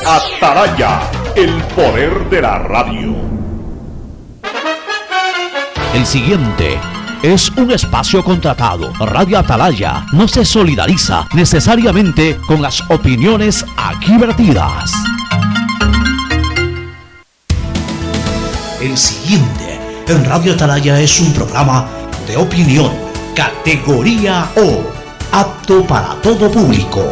Atalaya, el poder de la radio. El siguiente es un espacio contratado. Radio Atalaya no se solidariza necesariamente con las opiniones aquí vertidas. El siguiente en Radio Atalaya es un programa de opinión, categoría O, apto para todo público.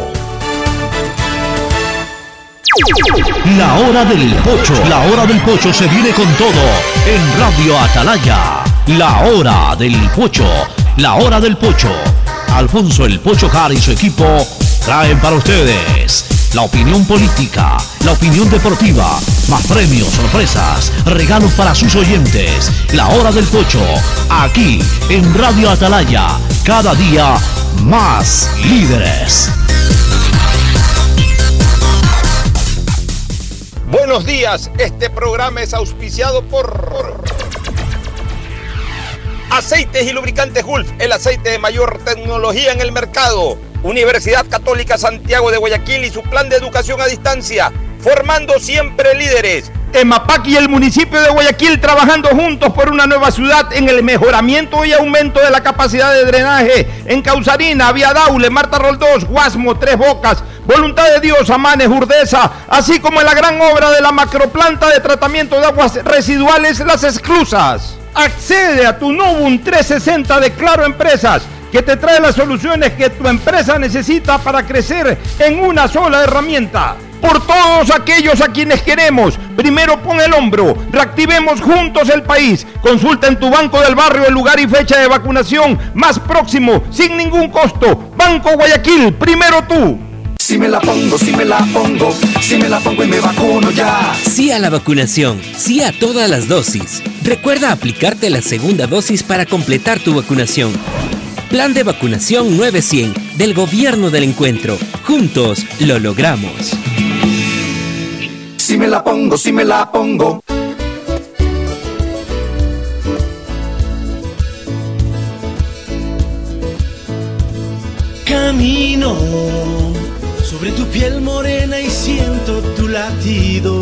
La hora del pocho. La hora del pocho se viene con todo en Radio Atalaya. La hora del pocho. La hora del pocho. Alfonso el Pocho Jara y su equipo traen para ustedes la opinión política, la opinión deportiva, más premios, sorpresas, regalos para sus oyentes. La hora del pocho, aquí en Radio Atalaya, cada día más líderes. Buenos días, este programa es auspiciado por Aceites y Lubricantes Gulf, el aceite de mayor tecnología en el mercado. Universidad Católica Santiago de Guayaquil y su plan de educación a distancia, formando siempre líderes. EMAPAC y el municipio de Guayaquil trabajando juntos por una nueva ciudad en el mejoramiento y aumento de la capacidad de drenaje en Causarina, Vía Daule, Marta Roldós, Guasmo, Tres Bocas, Voluntad de Dios, Amanes, Urdesa, así como en la gran obra de la macroplanta de tratamiento de aguas residuales Las Esclusas. Accede a tu Novum 360 de Claro Empresas, que te trae las soluciones que tu empresa necesita para crecer en una sola herramienta. Por todos aquellos a quienes queremos, primero pon el hombro, reactivemos juntos el país. Consulta en tu banco del barrio el lugar y fecha de vacunación más próximo, sin ningún costo. Banco Guayaquil, primero tú. Si me la pongo, si me la pongo, si me la pongo y me vacuno ya. Sí a la vacunación, sí a todas las dosis. Recuerda aplicarte la segunda dosis para completar tu vacunación. Plan de vacunación 900 del Gobierno del Encuentro. Juntos lo logramos. Si me la pongo, si me la pongo. Camino sobre tu piel morena y siento tu latido.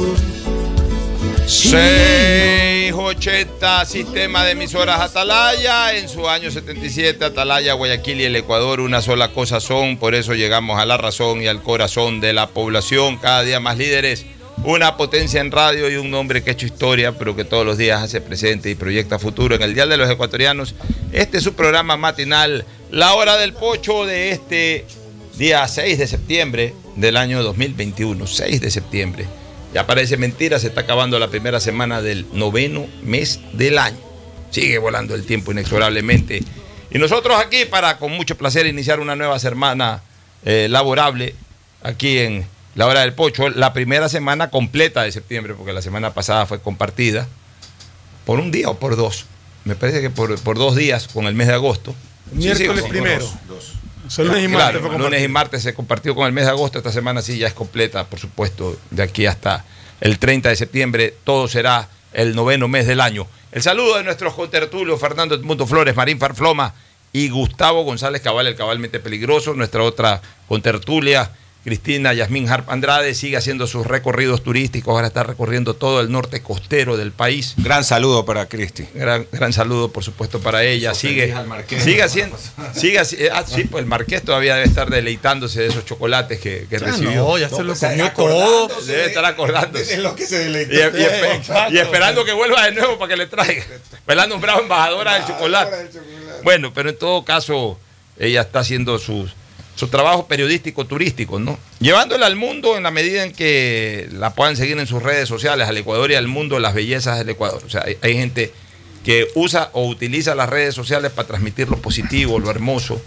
680 Sistema de Emisoras Atalaya. En su año 77, Atalaya, Guayaquil y el Ecuador una sola cosa son. Por eso llegamos a la razón y al corazón de la población. Cada día más líderes, una potencia en radio y un hombre que ha hecho historia, pero que todos los días hace presente y proyecta futuro. En el Dial de los Ecuatorianos, este es su programa matinal, La Hora del Pocho, de este día 6 de septiembre del año 2021. 6 de septiembre. Ya parece mentira, se está acabando la primera semana del 9º mes del año. Sigue volando el tiempo inexorablemente. Y nosotros aquí para, con mucho placer, iniciar una nueva semana laborable aquí en La Hora del Pocho. La primera semana completa de septiembre, porque la semana pasada fue compartida por un día o por dos. Me parece que por 2 días con el mes de agosto. Miércoles primero. Lunes y martes, claro, lunes y martes se compartió con el mes de agosto. Esta semana sí ya es completa, por supuesto, de aquí hasta el 30 de septiembre. Todo será el 9º mes del año. El saludo de nuestros contertulios Fernando Edmundo Flores, Marín Farfloma y Gustavo González Cabal, el cabalmente peligroso. Nuestra otra contertulia, Cristina Yasmín Harp Andrade, sigue haciendo sus recorridos turísticos. Ahora está recorriendo todo el norte costero del país. Gran saludo para Cristi. Gran saludo, por supuesto, para ella. Sigue haciendo. Sí, pues el Marqués todavía debe estar deleitándose de esos chocolates que recibió. No, ya se lo comió todo. Debe estar acordándose. Es lo que se deleitó. Y esperando que vuelva de nuevo para que le traiga. Esperando un bravo embajadora del chocolate. Bueno, pero en todo caso, ella está haciendo su trabajo periodístico turístico, ¿no? Llevándole al mundo en la medida en que la puedan seguir en sus redes sociales, al Ecuador y al mundo, las bellezas del Ecuador. O sea, hay gente que usa o utiliza las redes sociales para transmitir lo positivo, lo hermoso,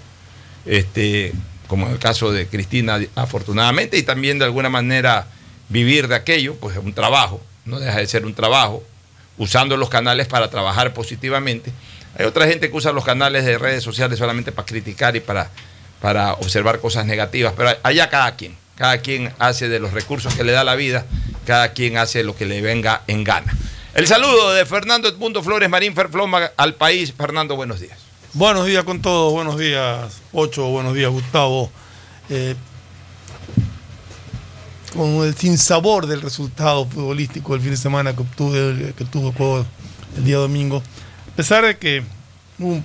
como en el caso de Cristina, afortunadamente, y también de alguna manera vivir de aquello, pues es un trabajo, no deja de ser un trabajo, usando los canales para trabajar positivamente. Hay otra gente que usa los canales de redes sociales solamente para criticar y para observar cosas negativas, pero allá cada quien hace de los recursos que le da la vida, cada quien hace lo que le venga en gana. El saludo de Fernando Edmundo Flores, Marín Ferfloma al país. Fernando, buenos días. Buenos días con todos, buenos días Pocho, buenos días Gustavo. con el sinsabor del resultado futbolístico del fin de semana que tuvo el juego el día domingo. A pesar de que hubo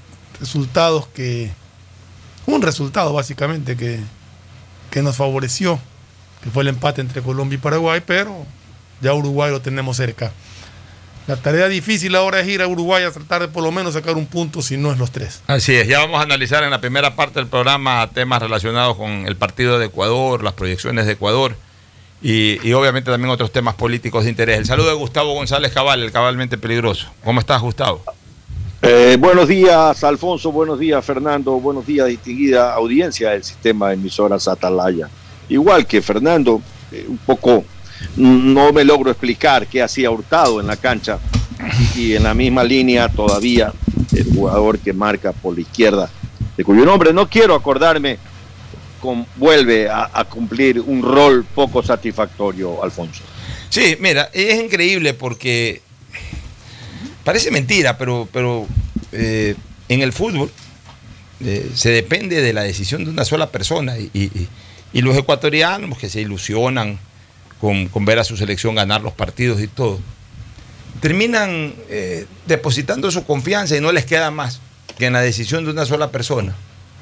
un resultado básicamente que nos favoreció, que fue el empate entre Colombia y Paraguay, pero ya Uruguay lo tenemos cerca. La tarea difícil ahora es ir a Uruguay a tratar de por lo menos sacar un punto, si no es los 3. Así es, ya vamos a analizar en la primera parte del programa temas relacionados con el partido de Ecuador, las proyecciones de Ecuador y obviamente también otros temas políticos de interés. El saludo de Gustavo González Cabal, el cabalmente peligroso. ¿Cómo estás, Gustavo? Buenos días, Alfonso, buenos días, Fernando, buenos días, distinguida audiencia del sistema de emisoras Atalaya. Igual que Fernando, un poco no me logro explicar qué hacía Hurtado en la cancha y en la misma línea todavía el jugador que marca por la izquierda, de cuyo nombre no quiero acordarme, vuelve a cumplir un rol poco satisfactorio, Alfonso. Sí, mira, es increíble porque parece mentira, pero en el fútbol se depende de la decisión de una sola persona y los ecuatorianos que se ilusionan con ver a su selección ganar los partidos y todo, terminan depositando su confianza y no les queda más que en la decisión de una sola persona.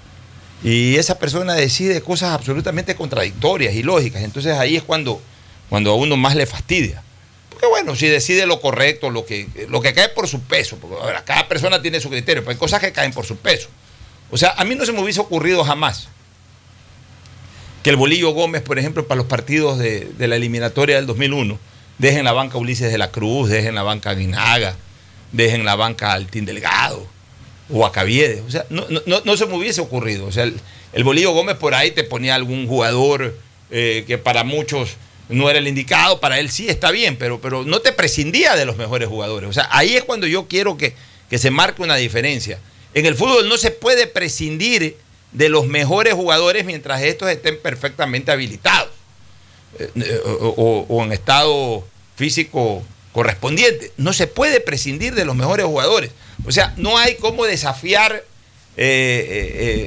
Y esa persona decide cosas absolutamente contradictorias y lógicas. Entonces ahí es cuando a uno más le fastidia. Porque bueno, si decide lo correcto, lo que cae por su peso, porque ahora, cada persona tiene su criterio, pero hay cosas que caen por su peso. O sea, a mí no se me hubiese ocurrido jamás que el Bolillo Gómez, por ejemplo, para los partidos de la eliminatoria del 2001, dejen la banca a Ulises de la Cruz, dejen la banca a Guinaga, dejen la banca a Altín Delgado o a Caviedes. O sea, no se me hubiese ocurrido. O sea, el Bolillo Gómez por ahí te ponía algún jugador que para muchos no era el indicado, para él sí está bien, pero no te prescindía de los mejores jugadores. O sea, ahí es cuando yo quiero que se marque una diferencia. En el fútbol no se puede prescindir de los mejores jugadores mientras estos estén perfectamente habilitados o en estado físico correspondiente. No se puede prescindir de los mejores jugadores. O sea, no hay cómo desafiar de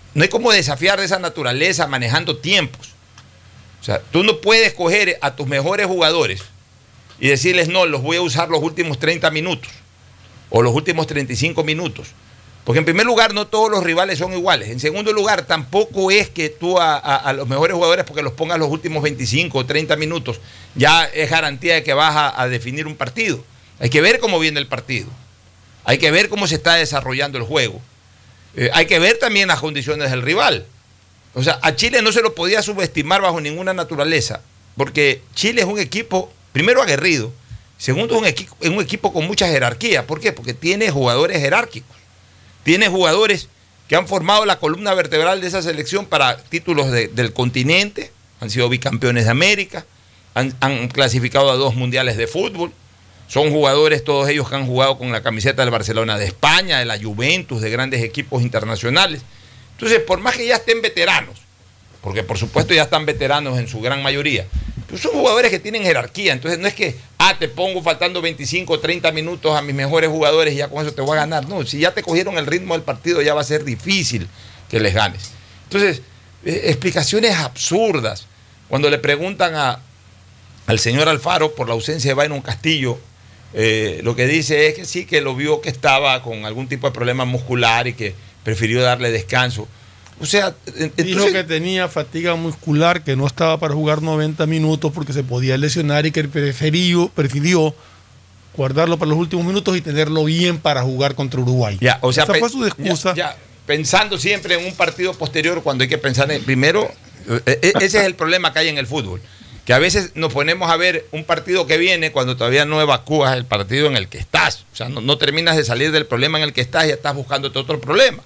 esa naturaleza manejando tiempos. O sea, tú no puedes coger a tus mejores jugadores y decirles, no, los voy a usar los últimos 30 minutos o los últimos 35 minutos. Porque en primer lugar, no todos los rivales son iguales. En segundo lugar, tampoco es que tú a los mejores jugadores, porque los pongas los últimos 25 o 30 minutos, ya es garantía de que vas a definir un partido. Hay que ver cómo viene el partido. Hay que ver cómo se está desarrollando el juego. Hay que ver también las condiciones del rival. O sea, a Chile no se lo podía subestimar bajo ninguna naturaleza, porque Chile es un equipo, primero, aguerrido, segundo, es un equipo con mucha jerarquía. ¿Por qué? Porque tiene jugadores jerárquicos. Tiene jugadores que han formado la columna vertebral de esa selección para títulos del continente, han sido bicampeones de América, han clasificado a 2 mundiales de fútbol, son jugadores todos ellos que han jugado con la camiseta del Barcelona de España, de la Juventus, de grandes equipos internacionales. Entonces, por más que ya estén veteranos, porque por supuesto ya están veteranos en su gran mayoría, pero son jugadores que tienen jerarquía. Entonces no es que, te pongo faltando 25 o 30 minutos a mis mejores jugadores y ya con eso te voy a ganar. No, si ya te cogieron el ritmo del partido, ya va a ser difícil que les ganes. Entonces, explicaciones absurdas. Cuando le preguntan al señor Alfaro por la ausencia de Byron Castillo, lo que dice es que sí, que lo vio que estaba con algún tipo de problema muscular y que prefirió darle descanso. O sea, dijo que tenía fatiga muscular, que no estaba para jugar 90 minutos porque se podía lesionar y que prefirió guardarlo para los últimos minutos y tenerlo bien para jugar contra Uruguay. Ya, o sea, esa fue su excusa. Pensando siempre en un partido posterior cuando hay que pensar en primero, ese es el problema que hay en el fútbol, que a veces nos ponemos a ver un partido que viene cuando todavía no evacúas el partido en el que estás. O sea, no terminas de salir del problema en el que estás y ya estás buscándote otro problema.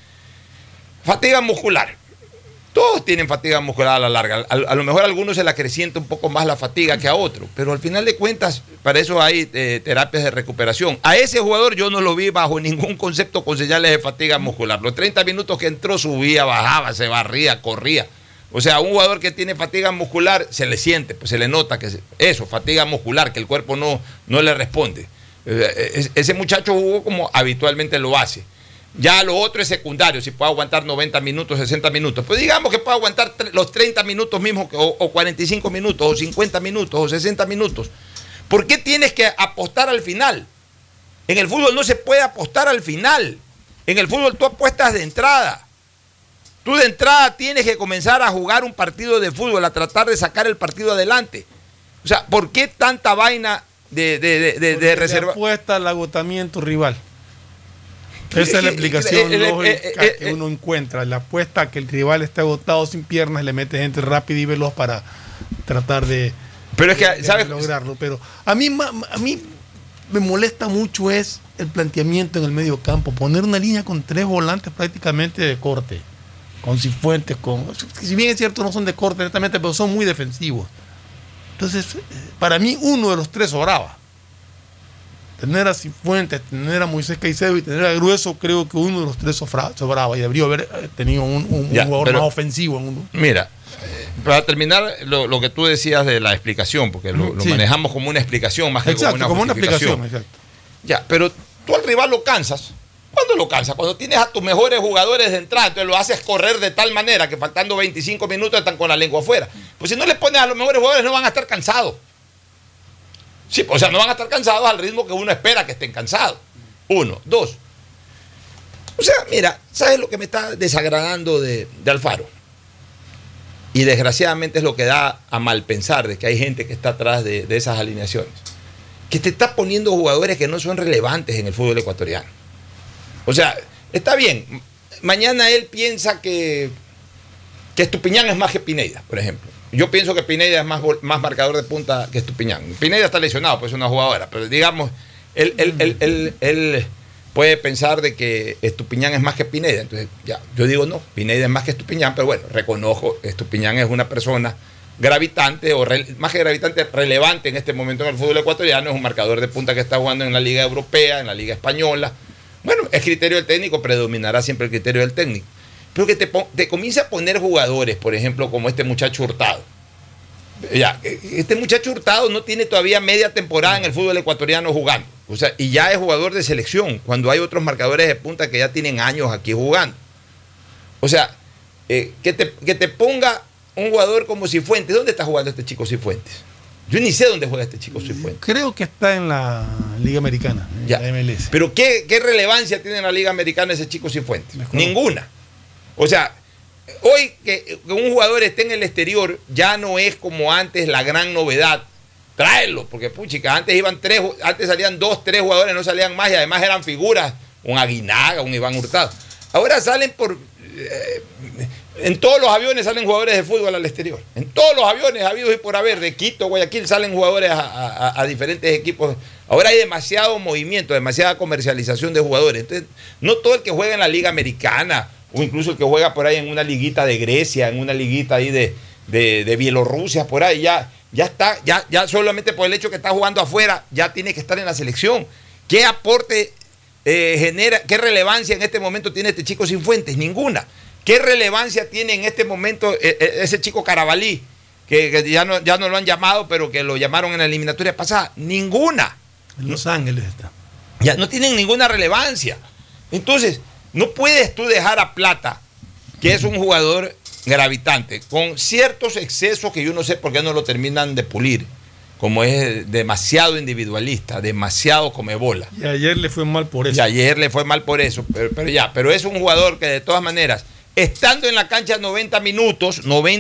Fatiga muscular. Todos tienen fatiga muscular a la larga. A lo mejor a algunos se le acrecienta un poco más la fatiga que a otros, pero al final de cuentas, para eso hay terapias de recuperación. A ese jugador yo no lo vi bajo ningún concepto con señales de fatiga muscular. Los 30 minutos que entró, subía, bajaba, se barría, corría. O sea, un jugador que tiene fatiga muscular se le siente, pues se le nota que fatiga muscular, que el cuerpo no le responde. Ese muchacho jugó como habitualmente lo hace. Ya lo otro es secundario, si puede aguantar 90 minutos, 60 minutos. Pues digamos que puede aguantar los 30 minutos mismos, o 45 minutos, o 50 minutos, o 60 minutos. ¿Por qué tienes que apostar al final? En el fútbol no se puede apostar al final. En el fútbol tú apuestas de entrada. Tú de entrada tienes que comenzar a jugar un partido de fútbol, a tratar de sacar el partido adelante. O sea, ¿por qué tanta vaina de reserva? Apuesta al agotamiento rival. Esa es la explicación lógica que uno encuentra. La apuesta a que el rival esté agotado sin piernas, le mete gente rápida y veloz para tratar de lograrlo. Pero a mí me molesta mucho es el planteamiento en el medio campo. Poner una línea con 3 volantes prácticamente de corte. Con Cifuentes, si bien es cierto no son de corte netamente, pero son muy defensivos. Entonces, para mí uno de los 3 sobraba. Tener a Cifuentes, tener a Moisés Caicedo y tener a Grueso, creo que uno de los 3 sobraba y debería haber tenido un jugador más ofensivo. Mira, para terminar lo que tú decías de la explicación, porque lo manejamos como una explicación más que como una justificación. Exacto. Ya, pero tú al rival lo cansas. ¿Cuándo lo cansas? Cuando tienes a tus mejores jugadores de entrada, entonces lo haces correr de tal manera que faltando 25 minutos están con la lengua afuera. Pues si no le pones a los mejores jugadores no van a estar cansados. Sí, o sea, no van a estar cansados al ritmo que uno espera que estén cansados. 1, 2. O sea, mira, ¿sabes lo que me está desagradando de Alfaro? Y desgraciadamente es lo que da a mal pensar de que hay gente que está atrás de esas alineaciones. Que te está poniendo jugadores que no son relevantes en el fútbol ecuatoriano. O sea, está bien. Mañana él piensa que Estupiñán es más que Pineda, por ejemplo. Yo pienso que Pineda es más marcador de punta que Estupiñán. Pineda está lesionado, pues es una jugadora. Pero digamos, él puede pensar de que Estupiñán es más que Pineda. Entonces, ya, yo digo no, Pineda es más que Estupiñán, pero bueno, reconozco, Estupiñán es una persona gravitante, más que gravitante, relevante en este momento en el fútbol ecuatoriano. Es un marcador de punta que está jugando en la Liga Europea, en la Liga Española. Bueno, es criterio del técnico, predominará siempre el criterio del técnico. Pero que te comience a poner jugadores, por ejemplo, como este muchacho Hurtado. Ya, este muchacho Hurtado no tiene todavía media temporada en el fútbol ecuatoriano jugando. O sea, y ya es jugador de selección, cuando hay otros marcadores de punta que ya tienen años aquí jugando. O sea, que te ponga un jugador como Cifuentes. ¿Dónde está jugando este chico Cifuentes? Yo ni sé dónde juega este chico Cifuentes. Creo que está en la Liga Americana, en la MLS. Pero ¿qué relevancia tiene en la Liga Americana ese chico Cifuentes? Ninguna. O sea, hoy que un jugador esté en el exterior ya no es como antes la gran novedad. Tráelo, porque puchica, antes salían 2, 3 jugadores, no salían más, y además eran figuras, un Aguinaga, un Iván Hurtado. Ahora salen en todos los aviones salen jugadores de fútbol al exterior. En todos los aviones habidos y por haber, de Quito, Guayaquil, salen jugadores a diferentes equipos. Ahora hay demasiado movimiento, demasiada comercialización de jugadores. Entonces, no todo el que juega en la Liga Americana, o incluso el que juega por ahí en una liguita de Grecia, en una liguita ahí de Bielorrusia, por ahí, ya está, ya solamente por el hecho que está jugando afuera, ya tiene que estar en la selección. ¿Qué aporte genera, qué relevancia en este momento tiene este chico Cifuentes? Ninguna. ¿Qué relevancia tiene en este momento ese chico Carabalí, que ya no lo han llamado, pero que lo llamaron en la eliminatoria pasada? Ninguna. En Los Ángeles está. Ya no tienen ninguna relevancia. Entonces, no puedes tú dejar a Plata, que es un jugador gravitante, con ciertos excesos que yo no sé por qué no lo terminan de pulir, como es demasiado individualista, demasiado comebola. Y ayer le fue mal por eso. Pero es un jugador que de todas maneras, estando en la cancha 90 minutos,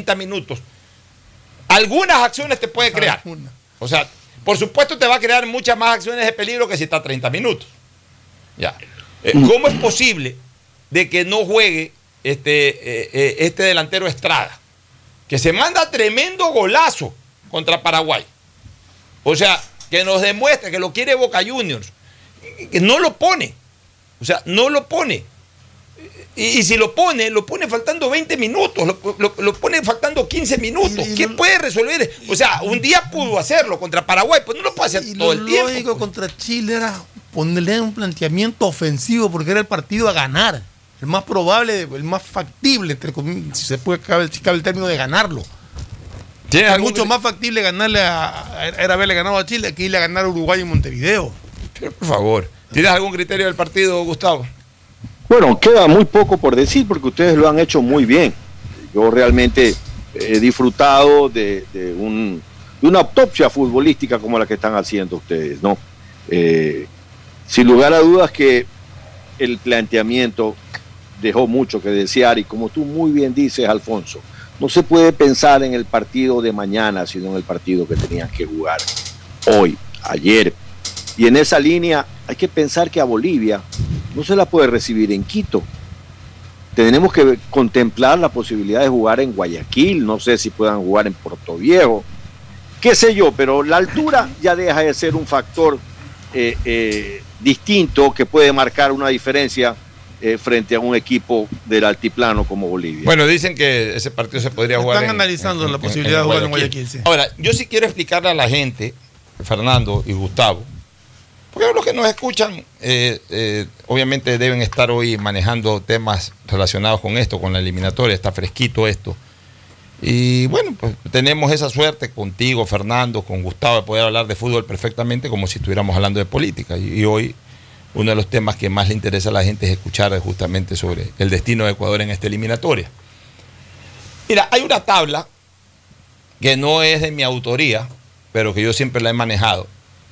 algunas acciones te puede crear. O sea, por supuesto te va a crear muchas más acciones de peligro que si está 30 minutos. Ya. ¿Cómo es posible de que no juegue este delantero Estrada, que se manda tremendo golazo contra Paraguay? O sea, que nos demuestra que lo quiere Boca Juniors, que no lo pone. O sea, no lo pone. Y si lo pone faltando 20 minutos, lo pone faltando 15 minutos. ¿Qué puede resolver? O sea, un día pudo hacerlo contra Paraguay, pues no lo puede hacer todo el tiempo. Lo lógico contra Chile era ponerle un planteamiento ofensivo, porque era el partido a ganar. El más probable, el más factible, entre comillas, si cabe el término de ganarlo. Es mucho más factible ganarle era haberle ganado a Chile que irle a ganar a Uruguay en Montevideo. Pero por favor, ¿tienes algún criterio del partido, Gustavo? Bueno, queda muy poco por decir porque ustedes lo han hecho muy bien. Yo realmente he disfrutado de una autopsia futbolística como la que están haciendo ustedes, ¿no? Sin lugar a dudas que el planteamiento dejó mucho que desear y como tú muy bien dices, Alfonso, no se puede pensar en el partido de mañana, sino en el partido que tenían que jugar hoy, ayer. Y en esa línea hay que pensar que a Bolivia no se la puede recibir en Quito. Tenemos que contemplar la posibilidad de jugar en Guayaquil, no sé si puedan jugar en Puerto Viejo, qué sé yo, pero la altura ya deja de ser un factor distinto que puede marcar una diferencia frente a un equipo del altiplano como Bolivia. Bueno, dicen que ese partido se podría jugar. Están analizando la posibilidad de jugar en Guayaquil. Sí. Ahora, yo sí quiero explicarle a la gente, Fernando y Gustavo, porque los que nos escuchan obviamente deben estar hoy manejando temas relacionados con esto, con la eliminatoria, está fresquito esto. Y bueno, pues tenemos esa suerte contigo, Fernando, con Gustavo, de poder hablar de fútbol perfectamente como si estuviéramos hablando de política. Y hoy uno de los temas que más le interesa a la gente es escuchar justamente sobre el destino de Ecuador en esta eliminatoria. Mira, hay una tabla que no es de mi autoría, pero que yo siempre la he manejado.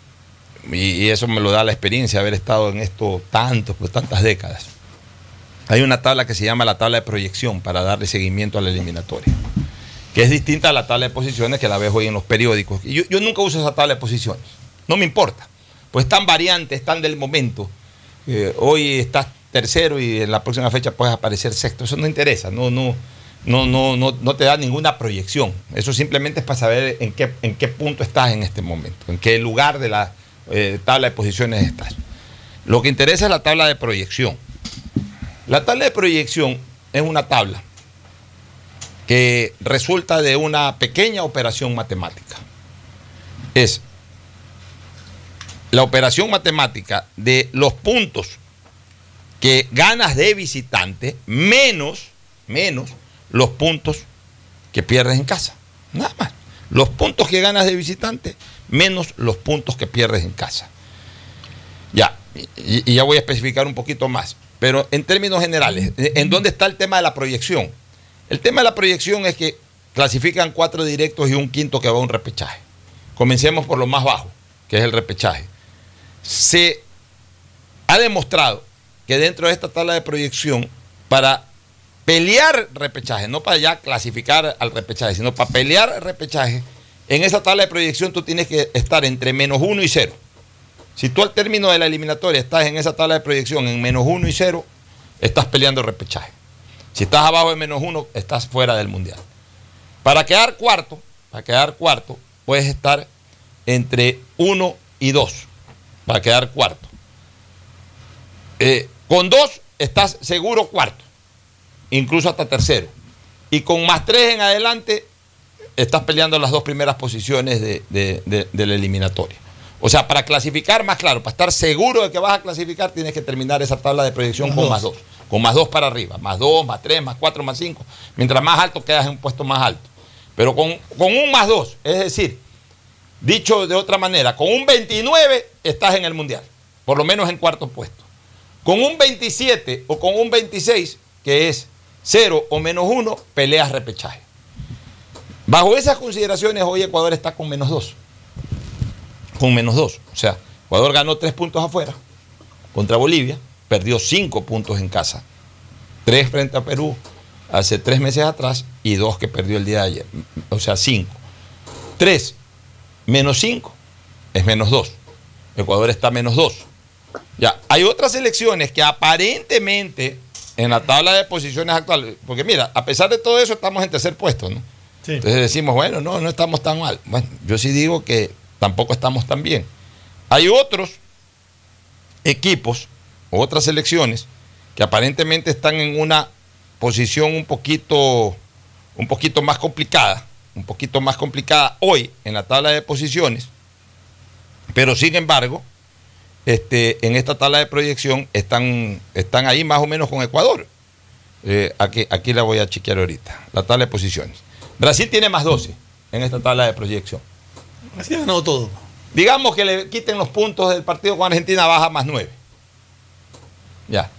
Y eso me lo da la experiencia de haber estado en esto tantas décadas. Hay una tabla que se llama la tabla de proyección para darle seguimiento a la eliminatoria, que es distinta a la tabla de posiciones que la ves hoy en los periódicos. Y yo nunca uso esa tabla de posiciones, no me importa, pues están variantes, están del momento. Hoy estás tercero y en la próxima fecha puedes aparecer sexto, eso no interesa, no te da ninguna proyección. Eso simplemente es para saber en qué punto estás en este momento, en qué lugar de la tabla de posiciones estás. Lo que interesa es la tabla de proyección. La tabla de proyección es una tabla que resulta de una pequeña operación matemática. Es la operación matemática de los puntos que ganas de visitante menos los puntos que pierdes en casa. Nada más. Los puntos que ganas de visitante menos los puntos que pierdes en casa. Ya, y ya voy a especificar un poquito más. Pero en términos generales, ¿en dónde está el tema de la proyección? El tema de la proyección es que clasifican 4 directos y un quinto que va a un repechaje. Comencemos por lo más bajo, que es el repechaje. Se ha demostrado que dentro de esta tabla de proyección, para pelear repechaje, no para ya clasificar al repechaje, sino para pelear repechaje, en esa tabla de proyección tú tienes que estar entre -1 y 0. Si tú al término de la eliminatoria estás en esa tabla de proyección en -1 y 0, estás peleando el repechaje. Si estás abajo de -1, estás fuera del mundial. Para quedar cuarto, puedes estar entre 1 y 2. Para quedar cuarto. Con 2 estás seguro cuarto, incluso hasta tercero. Y con +3 en adelante estás peleando las 2 primeras posiciones de la eliminatoria. O sea, para clasificar más claro, para estar seguro de que vas a clasificar, tienes que terminar esa tabla de proyección con +2. Con +2 para arriba, +2, +3, +4, +5. Mientras más alto quedas en un puesto más alto. Pero con un +2, es decir, dicho de otra manera, con un 29 estás en el mundial, por lo menos en cuarto puesto. Con un 27 o con un 26, que es 0 o -1, peleas repechaje. Bajo esas consideraciones, hoy Ecuador está con -2. Con -2. O sea, Ecuador ganó 3 puntos afuera contra Bolivia, perdió 5 puntos en casa. 3 frente a Perú hace 3 meses atrás y 2 que perdió el día de ayer. O sea, 5. 3 menos 5 es -2. Ecuador está -2. Ya, hay otras selecciones que aparentemente en la tabla de posiciones actual, porque mira, a pesar de todo eso estamos en tercer puesto, ¿no? Sí. Entonces decimos, bueno, no estamos tan mal. Bueno, yo sí digo que tampoco estamos tan bien. Hay otros equipos, otras selecciones, que aparentemente están en una posición un poquito más complicada hoy en la tabla de posiciones, pero sin embargo, en esta tabla de proyección están ahí más o menos con Ecuador. Aquí la voy a chequear ahorita, la tabla de posiciones. Brasil tiene +12 en esta tabla de proyección. Así ha ganado todo. Digamos que le quiten los puntos del partido con Argentina, baja +9. Ya.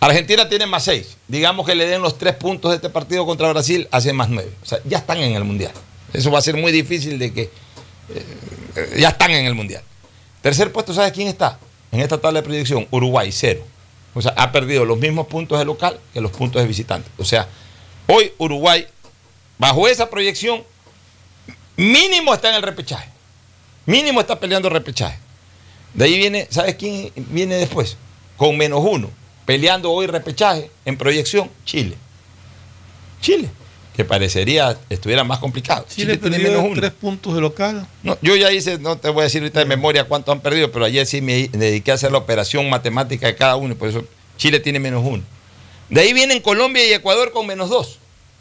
Argentina tiene más 6. Digamos que le den los 3 puntos de este partido contra Brasil, hace más 9. O sea, ya están en el Mundial. Eso va a ser muy difícil de que... ya están en el Mundial. Tercer puesto, ¿sabes quién está? En esta tabla de proyección, Uruguay, 0. O sea, ha perdido los mismos puntos de local que los puntos de visitante. O sea, hoy Uruguay, bajo esa proyección, mínimo está en el repechaje. Mínimo está peleando el repechaje. De ahí viene, ¿sabes quién viene después? Con -1, peleando hoy repechaje en proyección, Chile. Chile, que parecería estuviera más complicado. Chile perdió 3 puntos de local. No, yo ya hice, no te voy a decir ahorita de memoria cuántos han perdido, pero ayer sí me dediqué a hacer la operación matemática de cada uno y por eso Chile tiene -1. De ahí vienen Colombia y Ecuador con -2.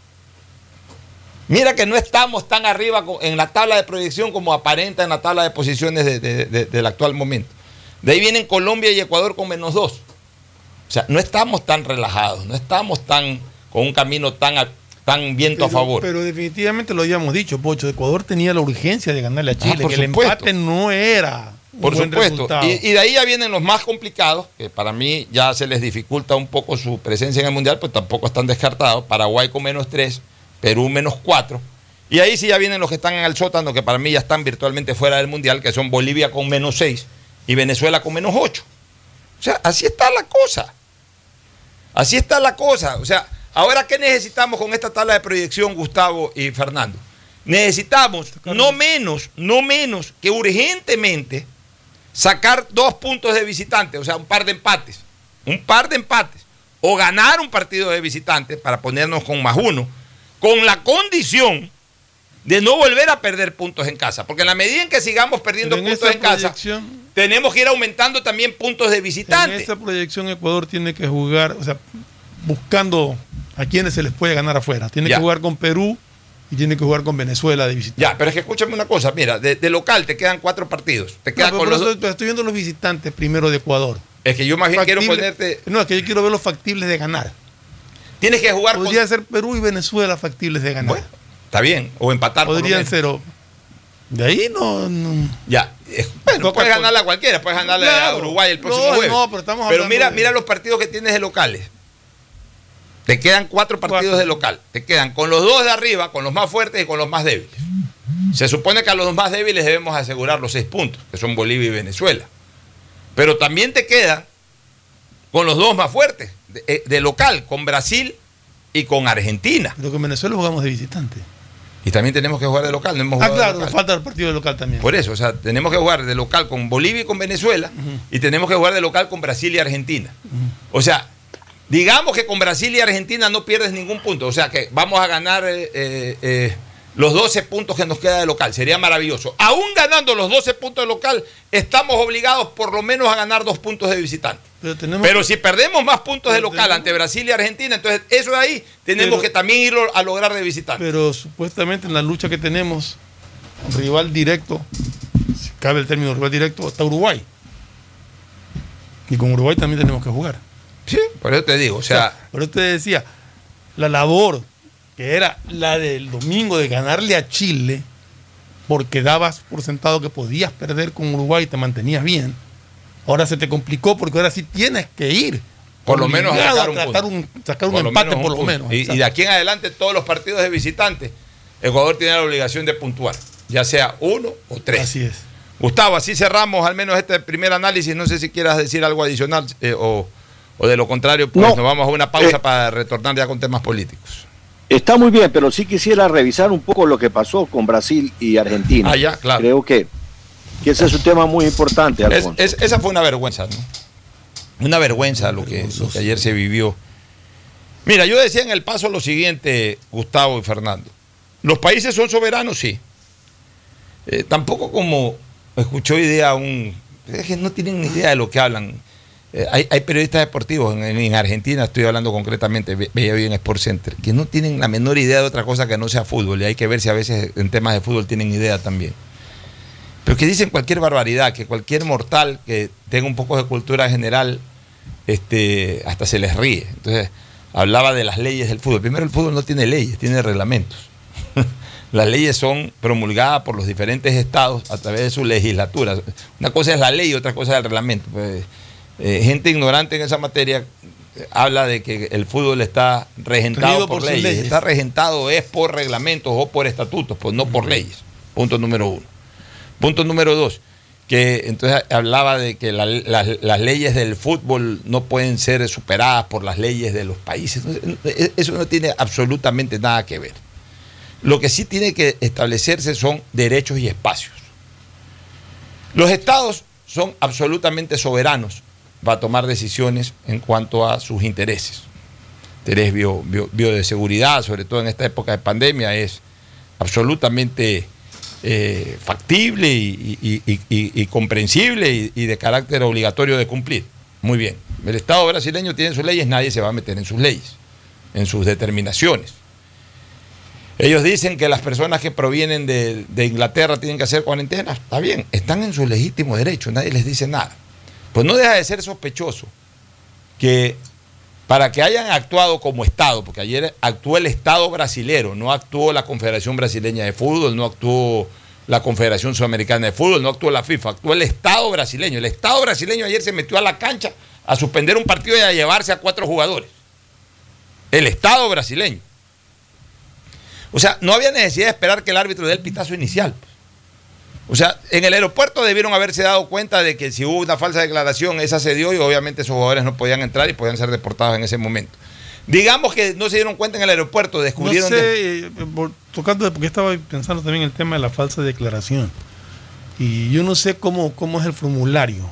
Mira que no estamos tan arriba en la tabla de proyección como aparenta en la tabla de posiciones del actual momento. De ahí vienen Colombia y Ecuador con -2. O sea, no estamos tan relajados, no estamos tan con un camino tan viento a favor. Pero definitivamente lo habíamos dicho, Pocho, Ecuador tenía la urgencia de ganarle a Chile, que el empate no era un buen resultado. Y de ahí ya vienen los más complicados, que para mí ya se les dificulta un poco su presencia en el Mundial, pues tampoco están descartados. Paraguay con -3, Perú -4. Y ahí sí ya vienen los que están en el sótano, que para mí ya están virtualmente fuera del Mundial, que son Bolivia con -6 y Venezuela con -8. O sea, así está la cosa. Así está la cosa. O sea, ahora, ¿qué necesitamos con esta tabla de proyección, Gustavo y Fernando? Necesitamos no menos que urgentemente sacar 2 puntos de visitante, o sea, un par de empates. O ganar un partido de visitante para ponernos con +1, con la condición de no volver a perder puntos en casa. Porque en la medida en que sigamos perdiendo puntos en casa, tenemos que ir aumentando también puntos de visitante. En esa proyección Ecuador tiene que jugar, o sea, buscando a quienes se les puede ganar afuera. Tiene que jugar con Perú y tiene que jugar con Venezuela de visitante. Ya, pero es que escúchame una cosa, mira, de local te quedan 4 partidos. Te quedan con los estoy viendo los visitantes primero de Ecuador. Es que yo más bien quiero ponerte... No, es que yo quiero ver los factibles de ganar. Tienes que jugar Podría ser Perú y Venezuela factibles de ganar. Bueno, está bien, o empatar. Podrían ser. De ahí no. Ya, bueno, puedes ganarle a cualquiera, puedes ganarle a Uruguay el próximo jueves. No, pero mira los partidos que tienes de locales. Te quedan 4 partidos de local. Te quedan con los 2 de arriba, con los más fuertes y con los más débiles. Se supone que a los más débiles debemos asegurar los 6 puntos, que son Bolivia y Venezuela. Pero también te quedan con los 2 más fuertes de local, con Brasil y con Argentina. Pero con Venezuela jugamos de visitante. Y también tenemos que jugar de local. No hemos jugado claro, de local. Nos falta el partido de local también. Por eso, o sea, tenemos que jugar de local con Bolivia y con Venezuela, y tenemos que jugar de local con Brasil y Argentina. O sea, digamos que con Brasil y Argentina no pierdes ningún punto. O sea, que vamos a ganar los 12 puntos que nos queda de local. Sería maravilloso. Aún ganando los 12 puntos de local, estamos obligados por lo menos a ganar 2 puntos de visitante. Pero si perdemos más puntos de local ante Brasil y Argentina, entonces eso de ahí tenemos que también irlo a lograr de visitante. Pero supuestamente en la lucha que tenemos, rival directo, si cabe el término rival directo, está Uruguay. Y con Uruguay también tenemos que jugar. Sí, por eso te digo. O sea, por eso te decía, la labor que era la del domingo de ganarle a Chile, porque dabas por sentado que podías perder con Uruguay y te mantenías bien. Ahora se te complicó porque ahora sí tienes que ir. Por lo menos a sacar un empate, por lo menos. Y de aquí en adelante, todos los partidos de visitantes, Ecuador tiene la obligación de puntuar, ya sea 1 o 3. Así es. Gustavo, así cerramos al menos este primer análisis. No sé si quieras decir algo adicional o de lo contrario, pues nos vamos a una pausa para retornar ya con temas políticos. Está muy bien, pero sí quisiera revisar un poco lo que pasó con Brasil y Argentina. Ya, claro. Creo que ese es un tema muy importante, Alfonso. Esa fue una vergüenza, ¿no? Una vergüenza lo que ayer se vivió. Mira, yo decía en el paso lo siguiente, Gustavo y Fernando. ¿Los países son soberanos? Sí. Tampoco como escuchó idea es que no tienen ni idea de lo que hablan. Hay periodistas deportivos en Argentina, estoy hablando concretamente, veía hoy en Sport Center, que no tienen la menor idea de otra cosa que no sea fútbol, y hay que ver si a veces en temas de fútbol tienen idea también. Pero que dicen cualquier barbaridad, que cualquier mortal que tenga un poco de cultura general, hasta se les ríe. Entonces, hablaba de las leyes del fútbol. Primero, el fútbol no tiene leyes, tiene reglamentos. Las leyes son promulgadas por los diferentes estados a través de sus legislaturas. Una cosa es la ley y otra cosa es el reglamento. Pues, gente ignorante en esa materia habla de que el fútbol está regentado por leyes. Está regentado es por reglamentos o por estatutos, pues no por leyes. Punto número 1. Punto número 2, que entonces hablaba de que las leyes del fútbol no pueden ser superadas por las leyes de los países. Eso no tiene absolutamente nada que ver. Lo que sí tiene que establecerse son derechos y espacios. Los estados son absolutamente soberanos para tomar decisiones en cuanto a sus intereses. Interés de seguridad, sobre todo en esta época de pandemia, es absolutamente factible y comprensible y de carácter obligatorio de cumplir. Muy bien. El Estado brasileño tiene sus leyes, nadie se va a meter en sus leyes, en sus determinaciones. Ellos dicen que las personas que provienen de Inglaterra tienen que hacer cuarentena. Está bien, están en su legítimo derecho, nadie les dice nada. Pues no deja de ser sospechoso que para que hayan actuado como Estado, porque ayer actuó el Estado brasilero, no actuó la Confederación Brasileña de Fútbol, no actuó la Confederación Sudamericana de Fútbol, no actuó la FIFA, actuó el Estado brasileño. El Estado brasileño ayer se metió a la cancha a suspender un partido y a llevarse a 4 jugadores. El Estado brasileño. O sea, no había necesidad de esperar que el árbitro dé el pitazo inicial. O sea, en el aeropuerto debieron haberse dado cuenta de que si hubo una falsa declaración, esa se dio y obviamente esos jugadores no podían entrar y podían ser deportados en ese momento. Digamos que no se dieron cuenta en el aeropuerto, descubrieron... No sé, tocando, porque estaba pensando también el tema de la falsa declaración. Y yo no sé cómo es el formulario,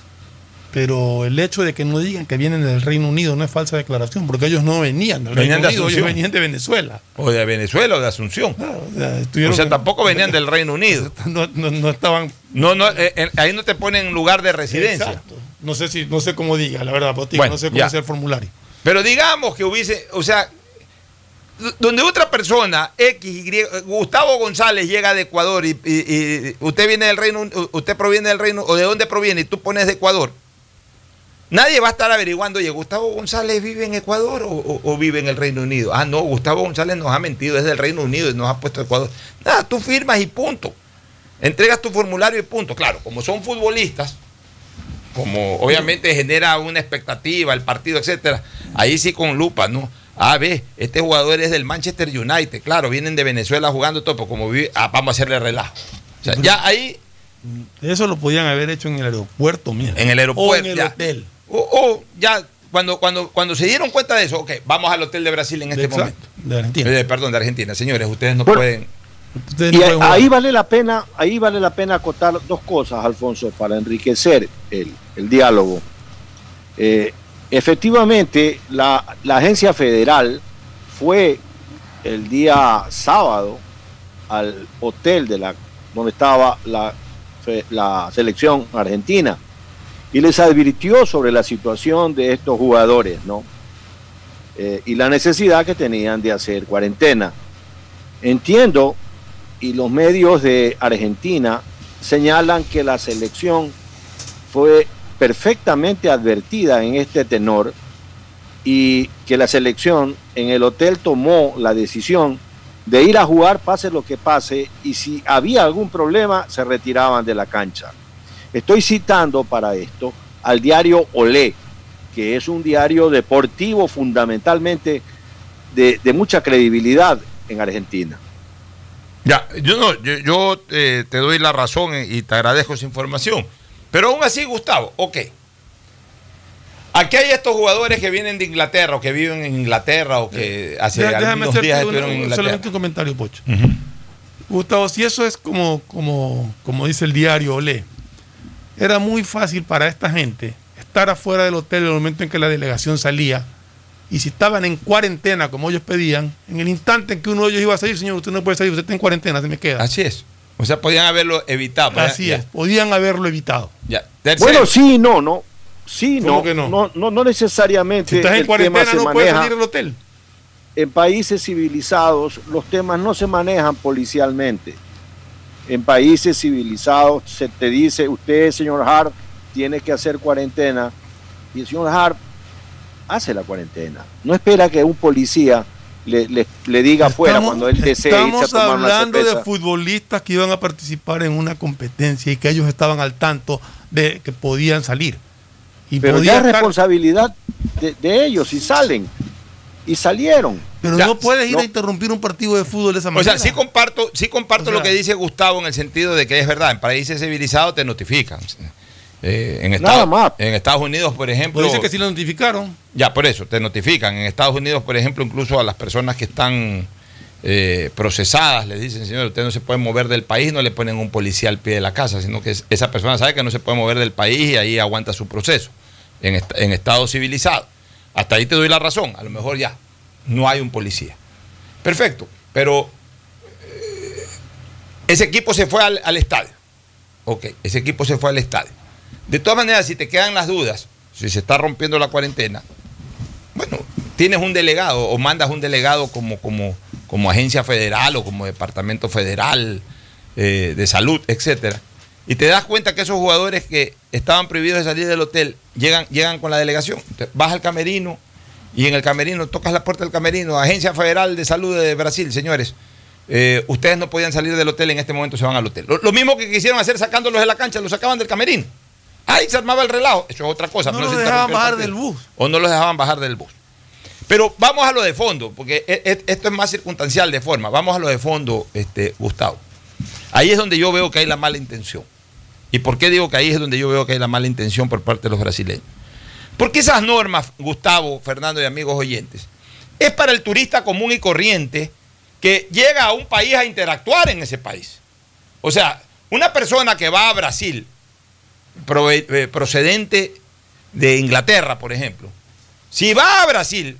pero el hecho de que no digan que vienen del Reino Unido no es falsa declaración, porque ellos no venían del Reino Unido, ellos venían de Venezuela. O de Venezuela o de Asunción. Claro, o sea, tampoco venían del Reino Unido. No estaban... ahí no te ponen lugar de residencia. Exacto. No sé cómo diga, la verdad, bueno, no sé cómo es el formulario. Pero digamos que hubiese, o sea, donde otra persona, X, Y, Gustavo González llega de Ecuador y usted viene del Reino, usted proviene del Reino, o de dónde proviene y tú pones de Ecuador, nadie va a estar averiguando, oye, ¿Gustavo González vive en Ecuador o vive en el Reino Unido? Ah, no, Gustavo González nos ha mentido, es del Reino Unido y nos ha puesto Ecuador. Nada, tú firmas y punto. Entregas tu formulario y punto. Claro, como son futbolistas, como obviamente genera una expectativa, el partido, etcétera, ahí sí con lupa, ¿no? Ah, ve, este jugador es del Manchester United, claro, vienen de Venezuela jugando todo, pero como vive, vamos a hacerle relajo. O sea, ya ahí... Eso lo podían haber hecho en el aeropuerto, mira. En el aeropuerto. O en el hotel. O ya, cuando se dieron cuenta de eso, ok, vamos al hotel de Brasil en este momento. De Argentina. Perdón, de Argentina. Señores, ustedes no pueden... Y ahí vale la pena acotar 2 cosas, Alfonso, para enriquecer el diálogo. Efectivamente, la agencia federal fue el día sábado al hotel donde estaba la selección argentina y les advirtió sobre la situación de estos jugadores, ¿no? Y la necesidad que tenían de hacer cuarentena. Entiendo, y los medios de Argentina señalan que la selección fue perfectamente advertida en este tenor y que la selección en el hotel tomó la decisión de ir a jugar pase lo que pase y si había algún problema se retiraban de la cancha. Estoy citando para esto al diario Olé, que es un diario deportivo fundamentalmente de mucha credibilidad en Argentina. Ya, yo te doy la razón y te agradezco esa información. Pero aún así, Gustavo, ok. Aquí hay estos jugadores que vienen de Inglaterra o que viven en Inglaterra o que hace algunos días estuvieron en Inglaterra. Solamente un comentario, Pocho. Gustavo, si eso es como dice el diario Olé, era muy fácil para esta gente estar afuera del hotel en el momento en que la delegación salía. Y si estaban en cuarentena, como ellos pedían, en el instante en que uno de ellos iba a salir, señor, usted no puede salir, usted está en cuarentena, se me queda. Así es. O sea, podían haberlo evitado. Así es, podían haberlo evitado. Ya. Bueno, sí, no. Sí, no necesariamente. Si estás en cuarentena no puedes salir del hotel. En países civilizados los temas no se manejan policialmente. En países civilizados se te dice, usted, señor Hart, tiene que hacer cuarentena. Y el señor Hart hace la cuarentena. No espera que un policía le diga afuera cuando él desee irse a tomar una cerveza. Estamos hablando de futbolistas que iban a participar en una competencia y que ellos estaban al tanto de que podían salir. Pero ya es responsabilidad de ellos y salen. Y salieron. Pero no puedes ir a interrumpir un partido de fútbol de esa manera. O sea, sí comparto lo que dice Gustavo en el sentido de que es verdad, en países civilizados te notifican. En Estados Unidos, por ejemplo... Pues dice que sí lo notificaron. Ya, por eso, te notifican. En Estados Unidos, por ejemplo, incluso a las personas que están procesadas, les dicen, señor, usted no se puede mover del país, no le ponen un policía al pie de la casa, sino que esa persona sabe que no se puede mover del país y ahí aguanta su proceso. En Estado civilizado. Hasta ahí te doy la razón. A lo mejor ya no hay un policía. Perfecto. Pero ese equipo se fue al estadio. Ok, ese equipo se fue al estadio. De todas maneras, si te quedan las dudas, si se está rompiendo la cuarentena, bueno, tienes un delegado o mandas un delegado como agencia federal o como departamento federal de salud, etcétera. Y te das cuenta que esos jugadores que estaban prohibidos de salir del hotel llegan con la delegación. Vas al camerino y en el camerino tocas la puerta del camerino. Agencia Federal de Salud de Brasil, señores. Ustedes no podían salir del hotel, en este momento se van al hotel. Lo mismo que quisieron hacer sacándolos de la cancha, los sacaban del camerino. Ahí se armaba el relajo. Eso es otra cosa. No los dejaban bajar del bus. O no los dejaban bajar del bus. Pero vamos a lo de fondo, porque esto es más circunstancial de forma. Vamos a lo de fondo, Gustavo. Ahí es donde yo veo que hay la mala intención. ¿Y por qué digo que ahí es donde yo veo que hay la mala intención por parte de los brasileños? Porque esas normas, Gustavo, Fernando y amigos oyentes, es para el turista común y corriente que llega a un país a interactuar en ese país. O sea, una persona que va a Brasil, procedente de Inglaterra, por ejemplo, si va a Brasil,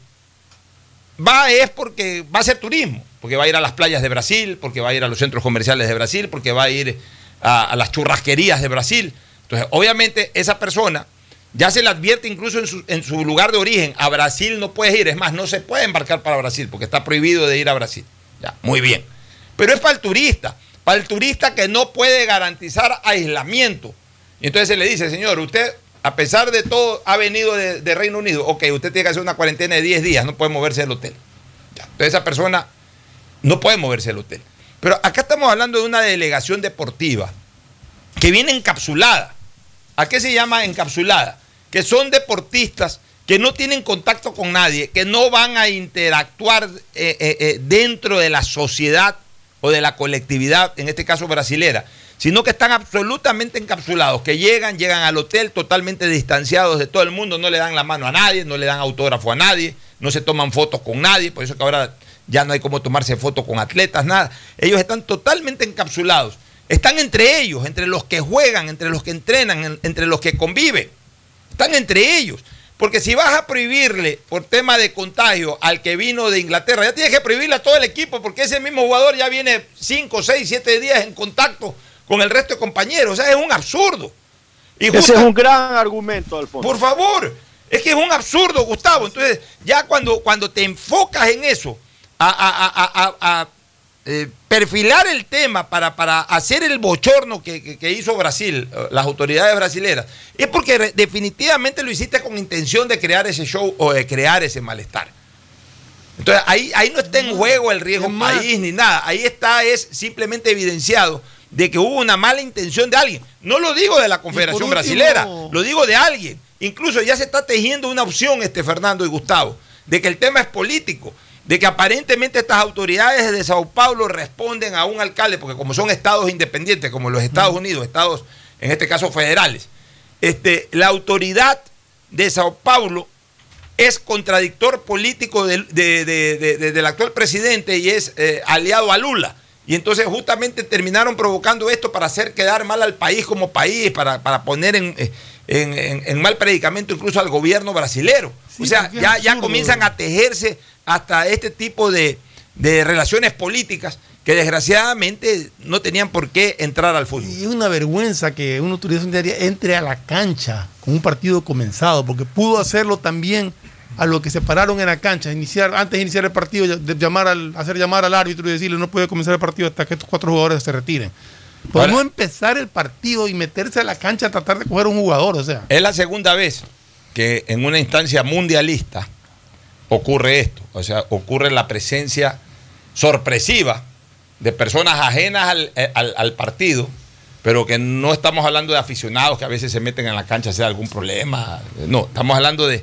es porque va a hacer turismo, porque va a ir a las playas de Brasil, porque va a ir a los centros comerciales de Brasil, porque va a ir a las churrasquerías de Brasil. Entonces, obviamente, esa persona ya se le advierte incluso en su lugar de origen, a Brasil no puedes ir, es más, no se puede embarcar para Brasil, porque está prohibido de ir a Brasil. Ya, muy bien. Pero es para el turista que no puede garantizar aislamiento. Y entonces se le dice, señor, usted, a pesar de todo, ha venido de Reino Unido, ok, usted tiene que hacer una cuarentena de 10 días, no puede moverse del hotel. Ya, entonces esa persona no puede moverse del hotel. Pero acá estamos hablando de una delegación deportiva que viene encapsulada. ¿A qué se llama encapsulada? Que son deportistas que no tienen contacto con nadie, que no van a interactuar dentro de la sociedad o de la colectividad, en este caso brasilera, sino que están absolutamente encapsulados, que llegan al hotel totalmente distanciados de todo el mundo, no le dan la mano a nadie, no le dan autógrafo a nadie, no se toman fotos con nadie, por eso que ahora ya no hay cómo tomarse fotos con atletas, nada. Ellos están totalmente encapsulados. Están entre ellos, entre los que juegan, entre los que entrenan, entre los que conviven. Están entre ellos. Porque si vas a prohibirle por tema de contagio al que vino de Inglaterra, ya tienes que prohibirle a todo el equipo, porque ese mismo jugador ya viene 5, 6, 7 días en contacto con el resto de compañeros. O sea, es un absurdo. Ese es un gran argumento, Alfonso. Por favor, es que es un absurdo, Gustavo. Entonces, ya cuando te enfocas en eso, perfilar el tema para hacer el bochorno que hizo Brasil, las autoridades brasileras, es porque definitivamente lo hiciste con intención de crear ese show o de crear ese malestar. Entonces ahí no está en juego el riesgo país ni nada, ahí es simplemente evidenciado de que hubo una mala intención de alguien. No lo digo de la Confederación Brasilera, lo digo de alguien. Incluso ya se está tejiendo una opción, Fernando y Gustavo, de que el tema es político, de que aparentemente estas autoridades de Sao Paulo responden a un alcalde, porque como son estados independientes, como los Estados Unidos, estados, en este caso federales, la autoridad de Sao Paulo es contradictor político del actual presidente y es aliado a Lula. Y entonces justamente terminaron provocando esto para hacer quedar mal al país como país, para poner en mal predicamento incluso al gobierno brasilero. Sí, o sea, ya comienzan a tejerse hasta este tipo de relaciones políticas que desgraciadamente no tenían por qué entrar al fútbol. Y es una vergüenza que una autoridad sanitaria entre a la cancha con un partido comenzado, porque pudo hacerlo también a lo que se pararon en la cancha, antes de iniciar el partido, hacer llamar al árbitro y decirle no puede comenzar el partido hasta que estos 4 jugadores se retiren. Por no empezar el partido y meterse a la cancha a tratar de coger un jugador, o sea. Es la segunda vez que en una instancia mundialista ocurre esto, o sea, ocurre la presencia sorpresiva de personas ajenas al partido, pero que no estamos hablando de aficionados que a veces se meten en la cancha a hacer algún problema, no, estamos hablando de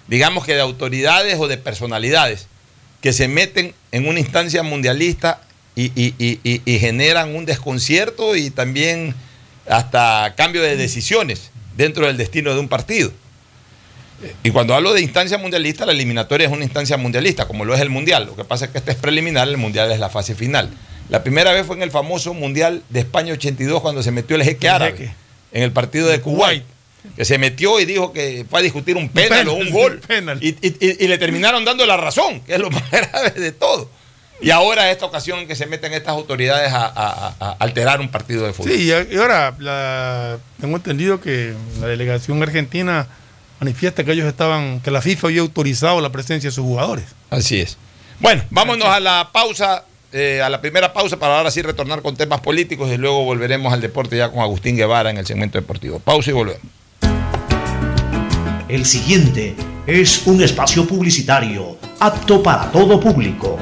digamos que de autoridades o de personalidades que se meten en una instancia mundialista y generan un desconcierto y también hasta cambio de decisiones dentro del destino de un partido. Y cuando hablo de instancia mundialista, la eliminatoria es una instancia mundialista, como lo es el Mundial. Lo que pasa es que este es preliminar, el Mundial es la fase final. La primera vez fue en el famoso Mundial de España 82, cuando se metió el jeque árabe en el partido de Kuwait, que se metió y dijo que fue a discutir un penal o un gol. Y le terminaron dando la razón, que es lo más grave de todo. Y ahora esta ocasión en que se meten estas autoridades a alterar un partido de fútbol. Sí, y ahora tengo entendido que la delegación argentina manifiesta que que la FIFA había autorizado la presencia de sus jugadores. Así es. Bueno, vámonos a la pausa, a la primera pausa, para ahora sí retornar con temas políticos y luego volveremos al deporte ya con Agustín Guevara en el segmento deportivo. Pausa y volvemos. El siguiente es un espacio publicitario apto para todo público.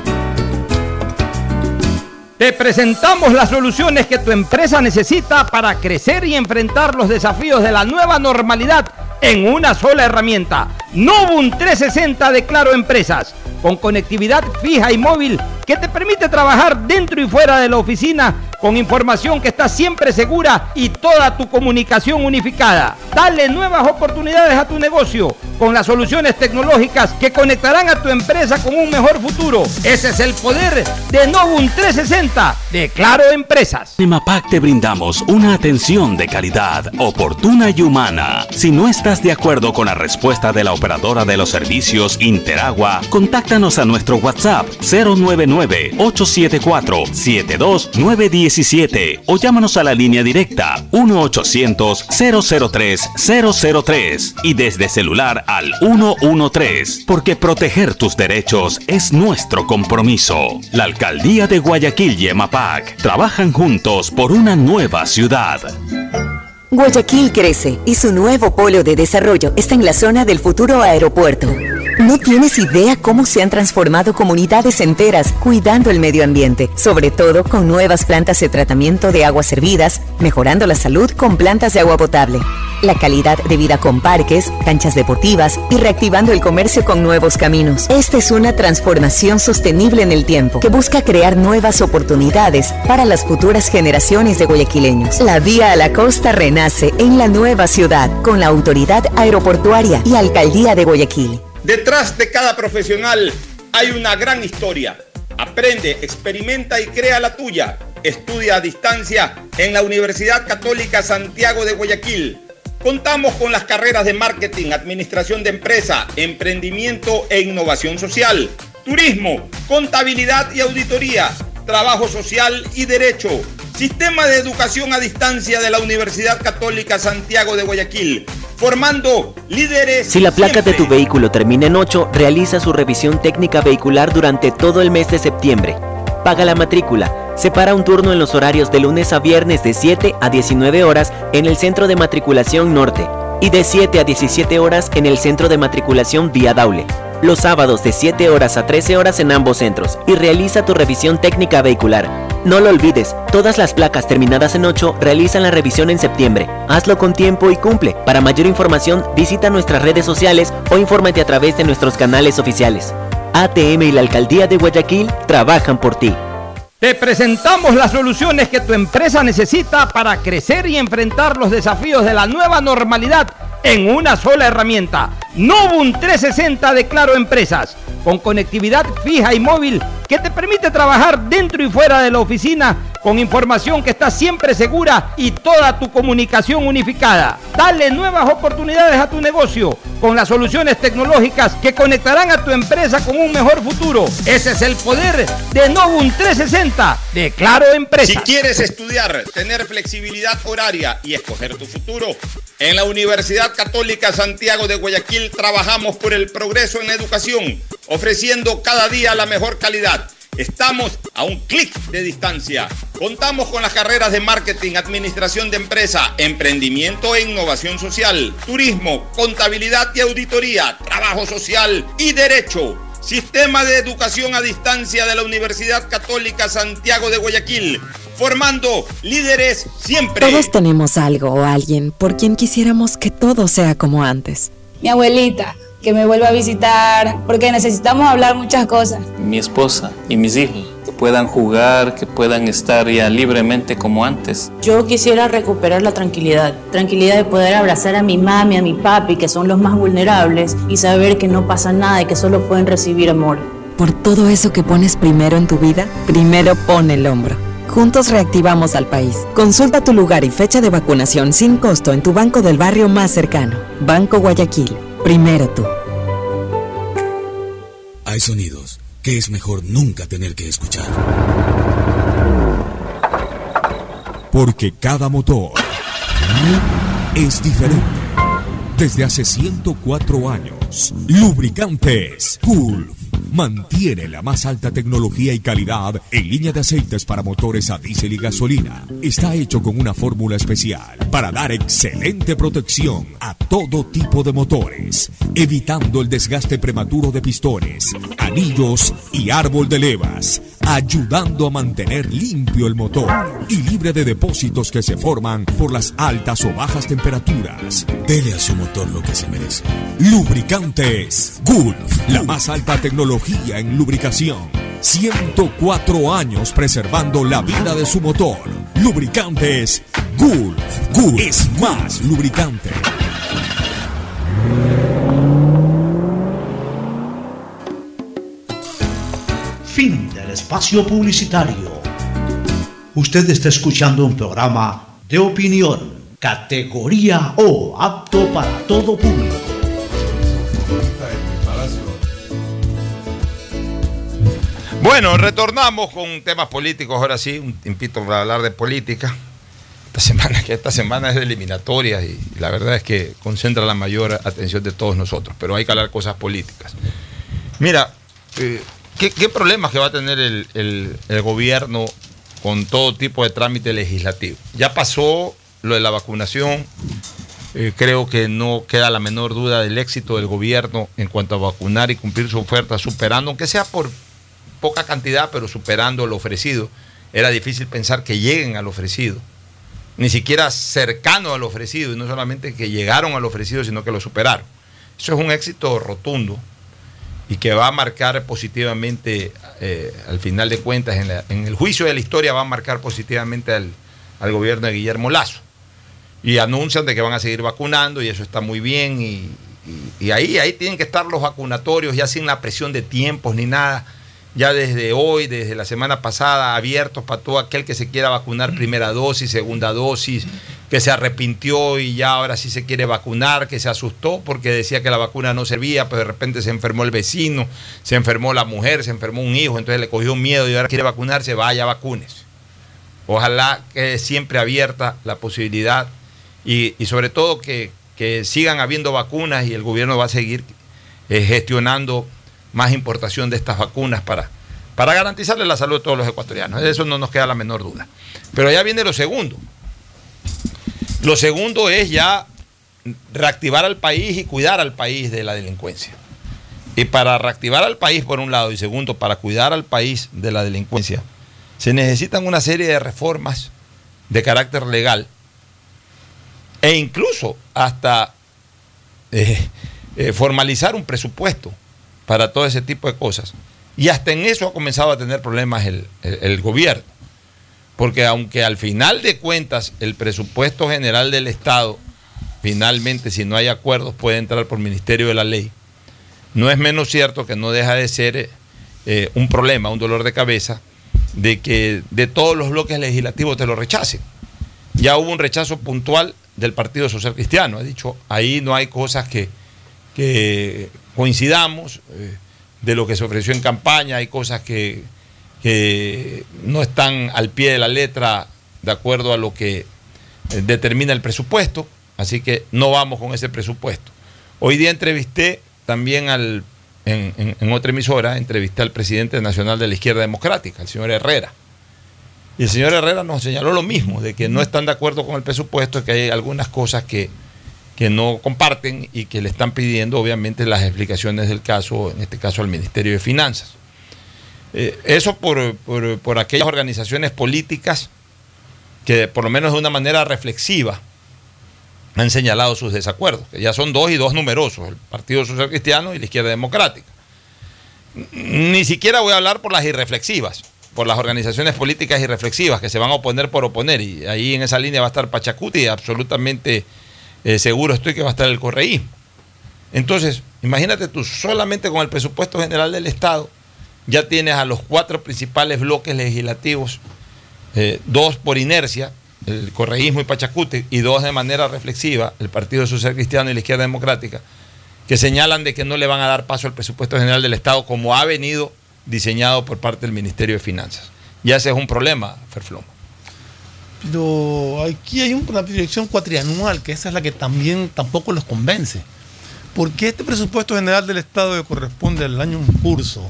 Te presentamos las soluciones que tu empresa necesita para crecer y enfrentar los desafíos de la nueva normalidad en una sola herramienta. Novum 360 de Claro Empresas, con conectividad fija y móvil que te permite trabajar dentro y fuera de la oficina con información que está siempre segura y toda tu comunicación unificada. Dale nuevas oportunidades a tu negocio con las soluciones tecnológicas que conectarán a tu empresa con un mejor futuro. Ese es el poder de Novum 360 de Claro Empresas. En EMAPAC te brindamos una atención de calidad, oportuna y humana. Si no estás de acuerdo con la respuesta de la operadora de los servicios Interagua, contáctanos a nuestro WhatsApp 099-874-72917 o llámanos a la línea directa 1-800-003-003 y desde celular al 113, porque proteger tus derechos es nuestro compromiso. La Alcaldía de Guayaquil y EMAPAC trabajan juntos por una nueva ciudad. Guayaquil crece y su nuevo polo de desarrollo está en la zona del futuro aeropuerto. No tienes idea cómo se han transformado comunidades enteras cuidando el medio ambiente, sobre todo con nuevas plantas de tratamiento de aguas servidas, mejorando la salud con plantas de agua potable, la calidad de vida con parques, canchas deportivas y reactivando el comercio con nuevos caminos. Esta es una transformación sostenible en el tiempo que busca crear nuevas oportunidades para las futuras generaciones de guayaquileños. La vía a la costa renace en la nueva ciudad con la Autoridad Aeroportuaria y Alcaldía de Guayaquil. Detrás de cada profesional hay una gran historia. Aprende, experimenta y crea la tuya. Estudia a distancia en la Universidad Católica Santiago de Guayaquil. Contamos con las carreras de marketing, administración de empresa, emprendimiento e innovación social, turismo, contabilidad y auditoría, trabajo social y derecho. Sistema de educación a distancia de la Universidad Católica Santiago de Guayaquil, formando líderes. Si la placa de tu vehículo termina en 8, realiza su revisión técnica vehicular durante todo el mes de septiembre. Paga la matrícula. Separa un turno en los horarios de lunes a viernes de 7 a 19 horas en el Centro de Matriculación Norte y de 7 a 17 horas en el Centro de Matriculación Vía Daule. Los sábados de 7 horas a 13 horas en ambos centros y realiza tu revisión técnica vehicular. No lo olvides, todas las placas terminadas en 8 realizan la revisión en septiembre. Hazlo con tiempo y cumple. Para mayor información, visita nuestras redes sociales o infórmate a través de nuestros canales oficiales. ATM y la Alcaldía de Guayaquil trabajan por ti. Te presentamos las soluciones que tu empresa necesita para crecer y enfrentar los desafíos de la nueva normalidad en una sola herramienta. Novum 360 de Claro Empresas, con conectividad fija y móvil que te permite trabajar dentro y fuera de la oficina con información que está siempre segura y toda tu comunicación unificada. Dale nuevas oportunidades a tu negocio con las soluciones tecnológicas que conectarán a tu empresa con un mejor futuro. Ese es el poder de Novum 360 de Claro Empresas. Si quieres estudiar, tener flexibilidad horaria y escoger tu futuro, en la Universidad Católica Santiago de Guayaquil trabajamos por el progreso en la educación, ofreciendo cada día la mejor calidad. Estamos a un clic de distancia. Contamos con las carreras de marketing, administración de empresa, emprendimiento e innovación social, turismo, contabilidad y auditoría, trabajo social y derecho. Sistema de educación a distancia de la Universidad Católica Santiago de Guayaquil, formando líderes siempre. Todos tenemos algo o alguien por quien quisiéramos que todo sea como antes. Mi abuelita, que me vuelva a visitar, porque necesitamos hablar muchas cosas. Mi esposa y mis hijos, que puedan jugar, que puedan estar ya libremente como antes. Yo quisiera recuperar la tranquilidad de poder abrazar a mi mami, a mi papi, que son los más vulnerables, y saber que no pasa nada y que solo pueden recibir amor. Por todo eso que pones primero en tu vida, primero pon el hombro. Juntos reactivamos al país. Consulta tu lugar y fecha de vacunación sin costo en tu banco del barrio más cercano. Banco Guayaquil. Primero tú. Hay sonidos que es mejor nunca tener que escuchar. Porque cada motor es diferente. Desde hace 104 años, Lubricantes Gulf mantiene la más alta tecnología y calidad en línea de aceites para motores a diésel y gasolina. Está hecho con una fórmula especial para dar excelente protección a todo tipo de motores, evitando el desgaste prematuro de pistones, anillos y árbol de levas, ayudando a mantener limpio el motor y libre de depósitos que se forman por las altas o bajas temperaturas. Dele a su motor lo que se merece. Lubricantes Gulf, la más alta tecnología en lubricación. 104 años preservando la vida de su motor. Lubricantes Gulf. Gulf es más lubricante. Fin del espacio publicitario. Usted está escuchando un programa de opinión, categoría O, apto para todo público. Bueno, retornamos con temas políticos, ahora sí, un tiempito para hablar de política. Esta semana es de eliminatorias y la verdad es que concentra la mayor atención de todos nosotros, pero hay que hablar cosas políticas. Mira, ¿qué problemas que va a tener el gobierno con todo tipo de trámite legislativo? Ya pasó lo de la vacunación, creo que no queda la menor duda del éxito del gobierno en cuanto a vacunar y cumplir su oferta, superando, aunque sea por poca cantidad, pero superando lo ofrecido. Era difícil pensar que lleguen al ofrecido, ni siquiera cercano al ofrecido, y no solamente que llegaron al ofrecido, sino que lo superaron. Eso es un éxito rotundo y que va a marcar positivamente, al final de cuentas, en el juicio de la historia, va a marcar positivamente al gobierno de Guillermo Lasso. Y anuncian de que van a seguir vacunando, y eso está muy bien, y ahí tienen que estar los vacunatorios, ya sin la presión de tiempos ni nada. Ya desde hoy, desde la semana pasada, abiertos para todo aquel que se quiera vacunar primera dosis, segunda dosis, que se arrepintió y ya ahora sí se quiere vacunar, que se asustó porque decía que la vacuna no servía, pero de repente se enfermó el vecino, se enfermó la mujer, se enfermó un hijo, entonces le cogió miedo y ahora quiere vacunarse, vaya, vacúnese. Ojalá que siempre abierta la posibilidad y sobre todo que sigan habiendo vacunas, y el gobierno va a seguir gestionando más importación de estas vacunas para garantizarle la salud de todos los ecuatorianos. De eso no nos queda la menor duda. Pero ya viene lo segundo. Lo segundo es ya reactivar al país y cuidar al país de la delincuencia. Y para reactivar al país, por un lado, y segundo, para cuidar al país de la delincuencia, se necesitan una serie de reformas de carácter legal e incluso hasta formalizar un presupuesto para todo ese tipo de cosas. Y hasta en eso ha comenzado a tener problemas el gobierno. Porque aunque al final de cuentas el presupuesto general del Estado, finalmente, si no hay acuerdos, puede entrar por Ministerio de la Ley, no es menos cierto que no deja de ser un problema, un dolor de cabeza, de que de todos los bloques legislativos te lo rechacen. Ya hubo un rechazo puntual del Partido Social Cristiano. Ha dicho, ahí no hay cosas que coincidamos, de lo que se ofreció en campaña, hay cosas que no están al pie de la letra de acuerdo a lo que determina el presupuesto, así que no vamos con ese presupuesto. Hoy día entrevisté también en otra emisora, entrevisté al presidente nacional de la Izquierda Democrática, el señor Herrera. Y el señor Herrera nos señaló lo mismo, de que no están de acuerdo con el presupuesto, que hay algunas cosas que no comparten y que le están pidiendo, obviamente, las explicaciones del caso, en este caso al Ministerio de Finanzas. Eso por aquellas organizaciones políticas que, por lo menos de una manera reflexiva, han señalado sus desacuerdos, que ya son dos y dos numerosos, el Partido Social Cristiano y la Izquierda Democrática. Ni siquiera voy a hablar por las irreflexivas, por las organizaciones políticas irreflexivas que se van a oponer por oponer, y ahí en esa línea va a estar Pachacuti y absolutamente seguro estoy que va a estar el correísmo. Entonces, imagínate tú, solamente con el presupuesto general del Estado ya tienes a los 4 principales bloques legislativos, 2 por inercia, el correísmo y Pachacuti, y 2 de manera reflexiva, el Partido Social Cristiano y la Izquierda Democrática, que señalan de que no le van a dar paso al presupuesto general del Estado como ha venido diseñado por parte del Ministerio de Finanzas. Ya ese es un problema, Ferfloma. Pero aquí hay una proyección cuatrianual, que esa es la que también tampoco los convence. Porque este presupuesto general del Estado que corresponde al año en curso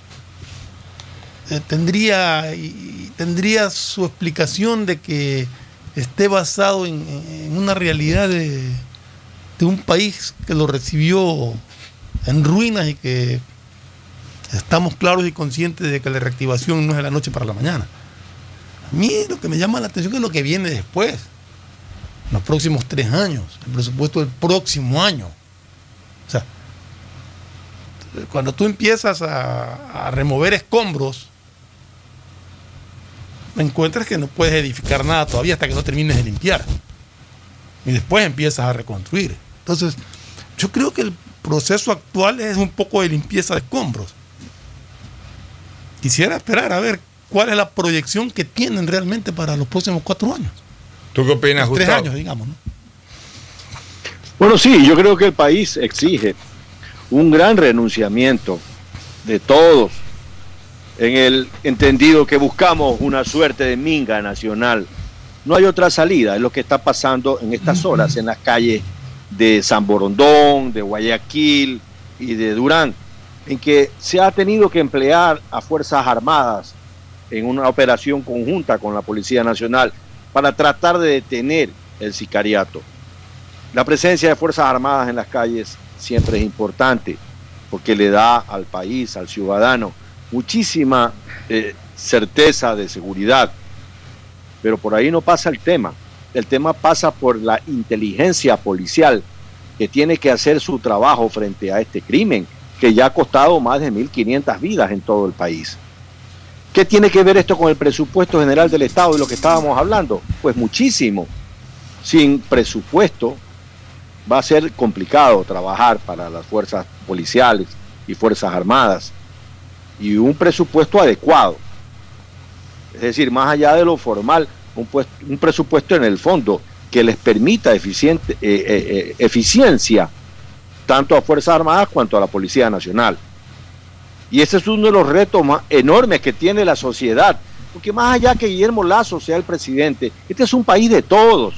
tendría su explicación de que esté basado en una realidad de un país que lo recibió en ruinas y que estamos claros y conscientes de que la reactivación no es de la noche para la mañana. A mí lo que me llama la atención es lo que viene después, los próximos 3 años, el presupuesto del próximo año. O sea, cuando tú empiezas a remover escombros, encuentras que no puedes edificar nada todavía hasta que no termines de limpiar. Y después empiezas a reconstruir. Entonces, yo creo que el proceso actual es un poco de limpieza de escombros. Quisiera esperar a ver cuál es la proyección que tienen realmente para los próximos 4 años. ¿Tú qué opinas, Gustavo? 3 años, digamos, ¿no? Bueno, sí, yo creo que el país exige un gran renunciamiento de todos, en el entendido que buscamos una suerte de minga nacional. No hay otra salida, es lo que está pasando en estas horas en las calles de San Borondón, de Guayaquil y de Durán, en que se ha tenido que emplear a Fuerzas Armadas en una operación conjunta con la Policía Nacional para tratar de detener el sicariato. La presencia de Fuerzas Armadas en las calles siempre es importante porque le da al país, al ciudadano, muchísima certeza de seguridad. Pero por ahí no pasa el tema. El tema pasa por la inteligencia policial que tiene que hacer su trabajo frente a este crimen que ya ha costado más de 1.500 vidas en todo el país. ¿Qué tiene que ver esto con el presupuesto general del Estado de lo que estábamos hablando? Pues muchísimo. Sin presupuesto va a ser complicado trabajar para las fuerzas policiales y fuerzas armadas, y un presupuesto adecuado, es decir, más allá de lo formal, un presupuesto en el fondo que les permita eficiencia tanto a Fuerzas Armadas cuanto a la Policía Nacional. Y ese es uno de los retos más enormes que tiene la sociedad, porque más allá que Guillermo Lasso sea el presidente, este es un país de todos.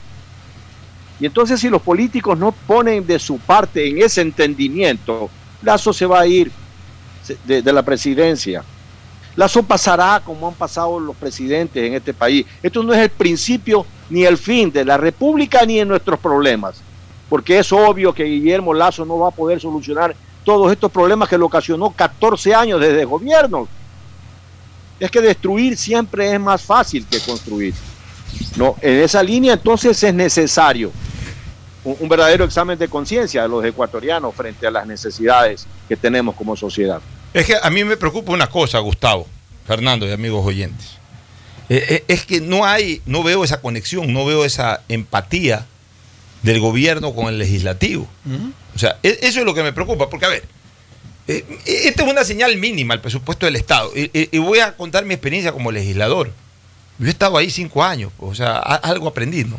Y entonces si los políticos no ponen de su parte en ese entendimiento, Lasso se va a ir de la presidencia. Lasso pasará como han pasado los presidentes en este país. Esto no es el principio ni el fin de la República ni de nuestros problemas, porque es obvio que Guillermo Lasso no va a poder solucionar todos estos problemas que le ocasionó 14 años desde el gobierno. Es que destruir siempre es más fácil que construir. No, en esa línea entonces es necesario un verdadero examen de conciencia de los ecuatorianos frente a las necesidades que tenemos como sociedad. Es que a mí me preocupa una cosa, Gustavo, Fernando y amigos oyentes. Es que no veo esa conexión, no veo esa empatía del gobierno con el legislativo. O sea, eso es lo que me preocupa, porque a ver, esta es una señal mínima, el presupuesto del Estado, y voy a contar mi experiencia como legislador. Yo he estado ahí 5 años, o sea, algo aprendí, ¿no?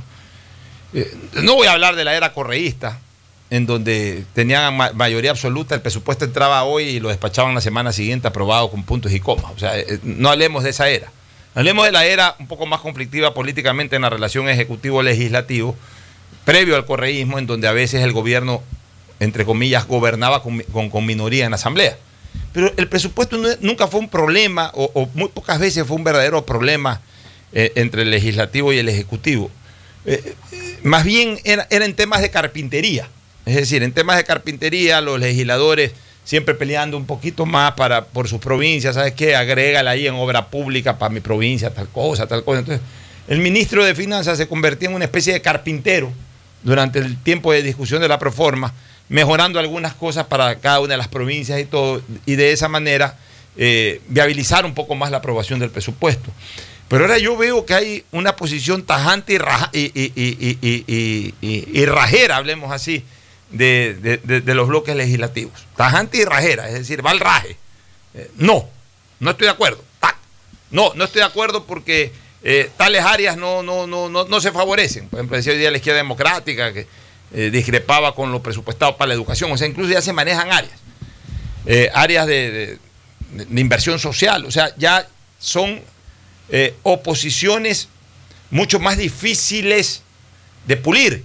No voy a hablar de la era correísta, en donde tenían mayoría absoluta, el presupuesto entraba hoy y lo despachaban la semana siguiente aprobado con puntos y comas. O sea, no hablemos de esa era. Hablemos de la era un poco más conflictiva políticamente en la relación ejecutivo-legislativo, previo al correísmo, en donde a veces el gobierno, entre comillas, gobernaba con minoría en la asamblea. Pero el presupuesto nunca fue un problema, o muy pocas veces fue un verdadero problema entre el legislativo y el ejecutivo. Más bien era en temas de carpintería. Es decir, en temas de carpintería, los legisladores siempre peleando un poquito más por sus provincias. ¿Sabes qué? Agrégala ahí en obra pública para mi provincia, tal cosa, tal cosa. Entonces, el ministro de Finanzas se convertía en una especie de carpintero durante el tiempo de discusión de la proforma, mejorando algunas cosas para cada una de las provincias y todo, y de esa manera viabilizar un poco más la aprobación del presupuesto. Pero ahora yo veo que hay una posición tajante y rajera, hablemos así, de los bloques legislativos. Tajante y rajera, es decir, va al raje. No estoy de acuerdo. No estoy de acuerdo porque tales áreas no se favorecen. Por ejemplo, decía hoy día la izquierda democrática que discrepaba con lo presupuestado para la educación. O sea, incluso ya se manejan áreas de inversión social. O sea, ya son oposiciones mucho más difíciles de pulir.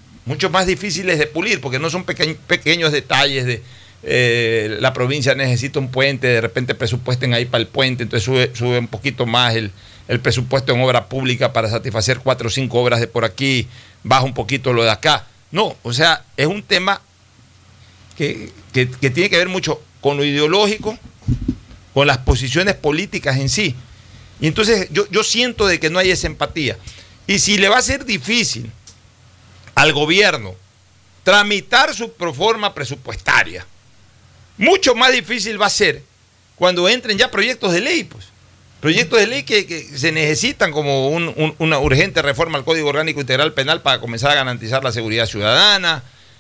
Porque no son pequeños detalles de la provincia necesita un puente, de repente presupuesten ahí para el puente, entonces sube un poquito más el presupuesto en obra pública para satisfacer 4 o 5 obras de por aquí, baja un poquito lo de acá. No, o sea, es un tema que tiene que ver mucho con lo ideológico, con las posiciones políticas en sí. Y entonces yo siento de que no hay esa empatía. Y si le va a ser difícil al gobierno tramitar su proforma presupuestaria, mucho más difícil va a ser cuando entren ya proyectos de ley, pues. Proyectos de ley que se necesitan como una urgente reforma al Código Orgánico Integral Penal para comenzar a garantizar la seguridad ciudadana,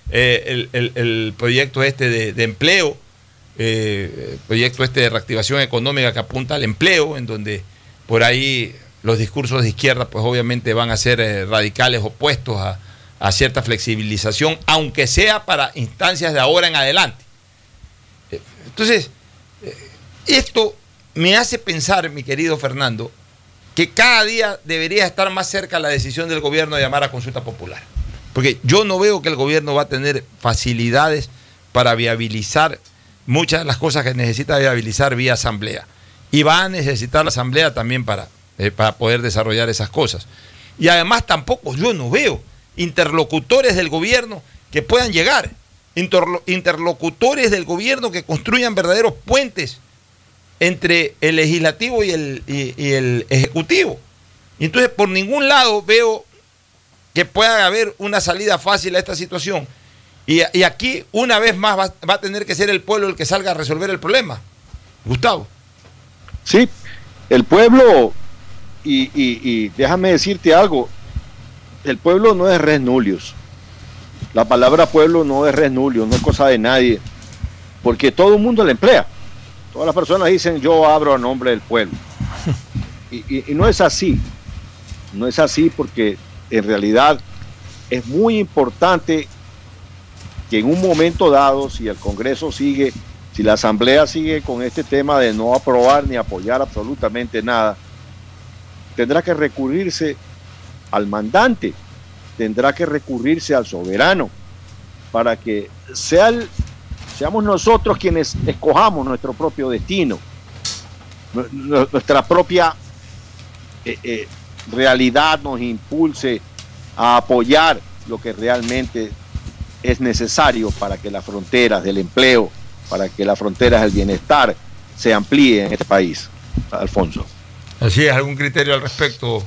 el proyecto de empleo, proyecto de reactivación económica que apunta al empleo, en donde por ahí los discursos de izquierda pues obviamente van a ser radicales, opuestos a cierta flexibilización, aunque sea para instancias de ahora en adelante. Entonces, esto me hace pensar, mi querido Fernando, que cada día debería estar más cerca la decisión del gobierno de llamar a consulta popular. Porque yo no veo que el gobierno va a tener facilidades para viabilizar muchas de las cosas que necesita viabilizar vía asamblea. Y va a necesitar la asamblea también para poder desarrollar esas cosas. Y además tampoco yo no veo interlocutores del gobierno que puedan llegar. Interlocutores del gobierno que construyan verdaderos puentes entre el legislativo y el ejecutivo. Y entonces por ningún lado veo que pueda haber una salida fácil a esta situación. Y aquí una vez más va a tener que ser el pueblo el que salga a resolver el problema. Gustavo. Sí, el pueblo, y déjame decirte algo, el pueblo no es res nullius. La palabra pueblo no es res nullius, no es cosa de nadie, porque todo el mundo la emplea. Todas las personas dicen yo abro a nombre del pueblo. Y no es así. No es así porque en realidad es muy importante que en un momento dado, si el Congreso sigue, si la Asamblea sigue con este tema de no aprobar ni apoyar absolutamente nada, tendrá que recurrirse al mandante, tendrá que recurrirse al soberano para que seamos nosotros quienes escojamos nuestro propio destino, nuestra propia realidad nos impulse a apoyar lo que realmente es necesario para que las fronteras del empleo, para que las fronteras del bienestar se amplíen en este país. Alfonso. Así es, ¿algún criterio al respecto?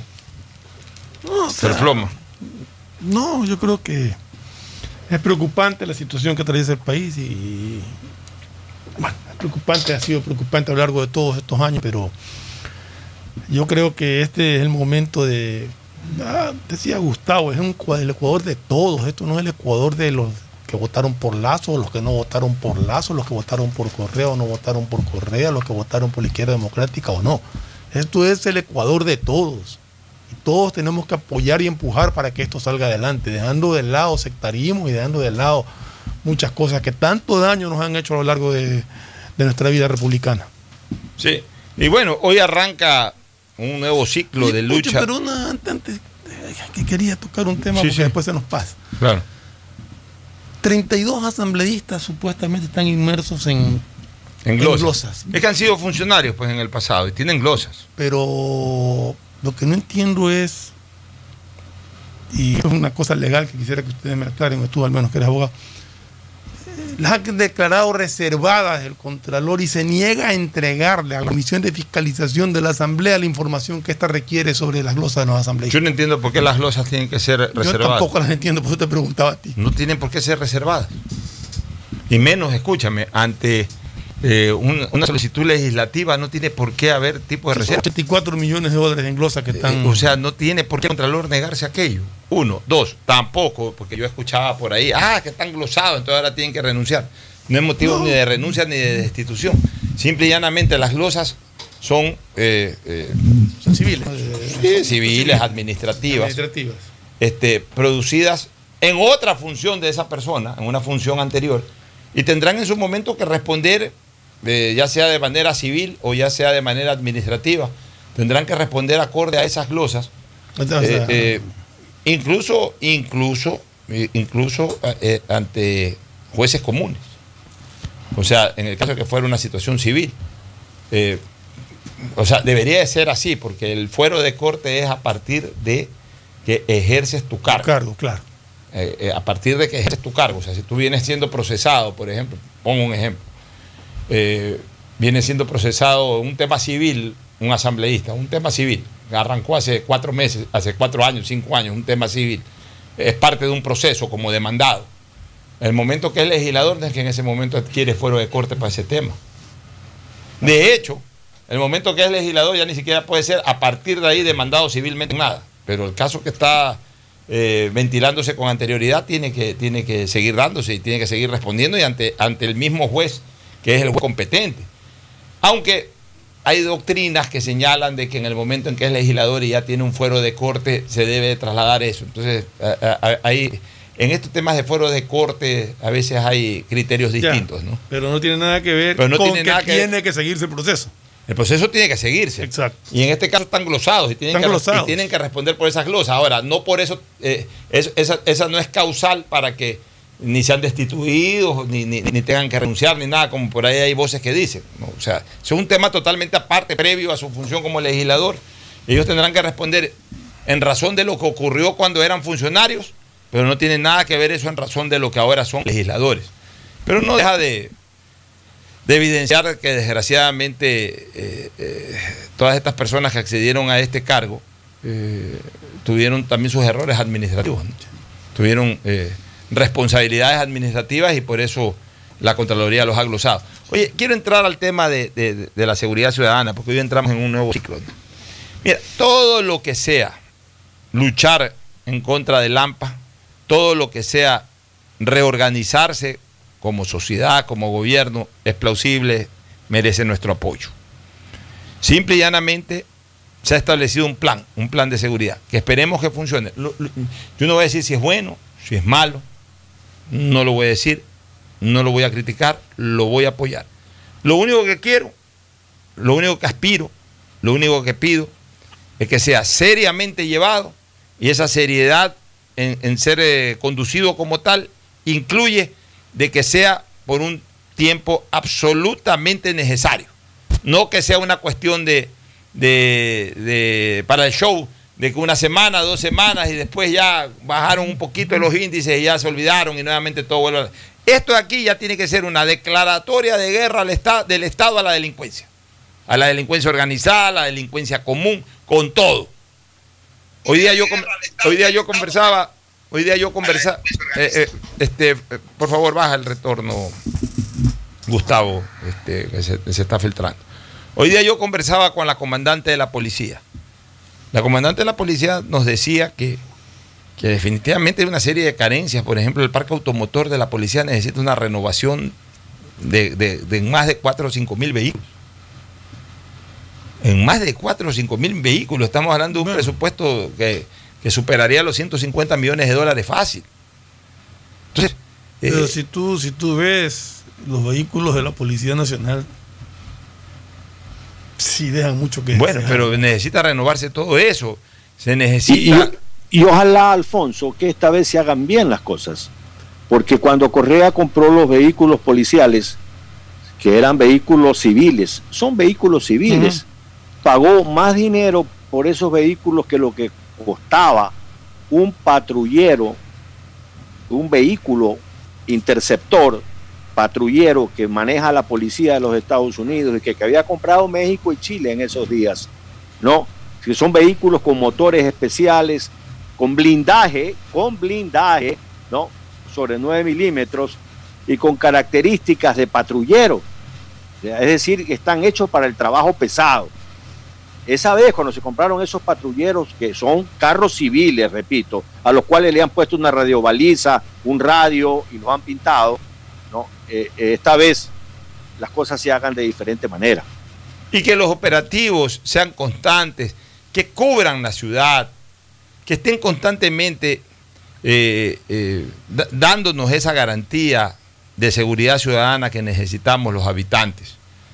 No, yo creo que es preocupante la situación que atraviesa el país y bueno, es preocupante, ha sido preocupante a lo largo de todos estos años, pero yo creo que este es el momento decía Gustavo, es el Ecuador de todos, esto no es el Ecuador de los que votaron por Lazo, los que no votaron por Lazo, los que votaron por Correa o no votaron por Correa, los que votaron por la izquierda democrática o no. Esto es el Ecuador de todos. Y todos tenemos que apoyar y empujar para que esto salga adelante, dejando de lado sectarismo y dejando de lado muchas cosas que tanto daño nos han hecho a lo largo de nuestra vida republicana. Sí, y bueno, hoy arranca un nuevo ciclo de lucha. Pero antes que quería tocar un tema porque después se nos pasa. Claro. 32 asambleístas supuestamente están inmersos en glosas. Es que han sido funcionarios pues en el pasado y tienen glosas. Pero lo que no entiendo es, y es una cosa legal que quisiera que ustedes me aclaren, tú al menos que eres abogado, las ha declarado reservadas el Contralor y se niega a entregarle a la Comisión de Fiscalización de la Asamblea la información que ésta requiere sobre las glosas de los asambleístas. Yo no entiendo por qué las glosas tienen que ser reservadas. Yo tampoco las entiendo, por eso te preguntaba a ti. No tienen por qué ser reservadas. Y menos, escúchame, ante una solicitud legislativa no tiene por qué haber tipo de reserva. 84 millones de dólares en glosas que están... o sea, no tiene por qué el Contralor negarse aquello. Uno. Dos, tampoco, porque yo escuchaba por ahí, que están glosados, entonces ahora tienen que renunciar. No es motivo ni de renuncia ni de destitución. Simple y llanamente las glosas son civiles. Civiles, administrativas. Producidas en otra función de esa persona, en una función anterior, y tendrán en su momento que responder, ya sea de manera civil o ya sea de manera administrativa, tendrán que responder acorde a esas glosas, incluso ante jueces comunes. O sea, en el caso de que fuera una situación civil. O sea, debería de ser así, porque el fuero de corte es a partir de que ejerces tu cargo. Claro. A partir de que ejerces tu cargo. O sea, si tú vienes siendo procesado, por ejemplo, pongo un ejemplo, viene siendo procesado un tema civil, un asambleísta, un tema civil, arrancó hace 4 meses, hace 4 años, 5 años, un tema civil, es parte de un proceso como demandado. El momento que es legislador es que en ese momento adquiere fuero de corte para ese tema. De hecho, el momento que es legislador ya ni siquiera puede ser a partir de ahí demandado civilmente nada. Pero el caso que está ventilándose con anterioridad tiene que seguir dándose y tiene que seguir respondiendo y ante el mismo juez, que es el juez competente. Aunque hay doctrinas que señalan de que en el momento en que es legislador y ya tiene un fuero de corte se debe trasladar eso. Entonces, ahí... En estos temas de fuero de corte a veces hay criterios distintos, ¿no? Pero no tiene nada que ver con que tiene que seguirse el proceso. El proceso tiene que seguirse. Exacto. Y en este caso están glosados y tienen que responder por esas glosas. Ahora, no por eso, esa no es causal para que ni sean destituidos, ni tengan que renunciar, ni nada, como por ahí hay voces que dicen, ¿no? O sea, es un tema totalmente aparte, previo a su función como legislador. Ellos tendrán que responder en razón de lo que ocurrió cuando eran funcionarios, pero no tiene nada que ver eso en razón de lo que ahora son legisladores. Pero no deja de evidenciar que desgraciadamente todas estas personas que accedieron a este cargo tuvieron también sus errores administrativos, ¿no? Tuvieron responsabilidades administrativas y por eso la Contraloría los ha glosado. Oye, quiero entrar al tema de la seguridad ciudadana, porque hoy entramos en un nuevo ciclo, ¿no? Mira, todo lo que sea luchar en contra del AMPA, todo lo que sea reorganizarse como sociedad, como gobierno, es plausible, merece nuestro apoyo. Simple y llanamente se ha establecido un plan de seguridad, que esperemos que funcione. Yo no voy a decir si es bueno, si es malo, no lo voy a decir, no lo voy a criticar, lo voy a apoyar. Lo único que quiero, lo único que aspiro, lo único que pido, es que sea seriamente llevado, y esa seriedad en ser conducido como tal incluye de que sea por un tiempo absolutamente necesario. No que sea una cuestión para el show, de que 1 semana, 2 semanas y después ya bajaron un poquito los índices y ya se olvidaron y nuevamente todo vuelve a... Esto de aquí ya tiene que ser una declaratoria de guerra del Estado a la delincuencia organizada, a la delincuencia común, con todo. Hoy día yo conversaba, por favor baja el retorno, Gustavo, que se está filtrando. Hoy día yo conversaba con la comandante de la policía. La comandante de la policía nos decía que definitivamente hay una serie de carencias. Por ejemplo, el parque automotor de la policía necesita una renovación de más de 4 o 5 mil vehículos. En más de 4 o 5 mil vehículos. Estamos hablando de un presupuesto que superaría los $150 millones fácil. Entonces, pero si tú ves los vehículos de la Policía Nacional, sí dejan mucho que bueno, desear. Pero necesita renovarse todo eso. Se necesita... Y ojalá, Alfonso, que esta vez se hagan bien las cosas. Porque cuando Correa compró los vehículos policiales, que eran vehículos civiles, son vehículos civiles, pagó más dinero por esos vehículos que lo que costaba un patrullero, un vehículo interceptor patrullero que maneja la policía de los Estados Unidos y que había comprado México y Chile en esos días, ¿no? Que son vehículos con motores especiales, con blindaje, ¿no? Sobre 9 milímetros y con características de patrullero. Es decir, que están hechos para el trabajo pesado. Esa vez, cuando se compraron esos patrulleros, que son carros civiles, repito, a los cuales le han puesto una radiobaliza, un radio y los han pintado, ¿no? Esta vez las cosas se hagan de diferente manera. Y que los operativos sean constantes, que cubran la ciudad, que estén constantemente dándonos esa garantía de seguridad ciudadana que necesitamos los habitantes.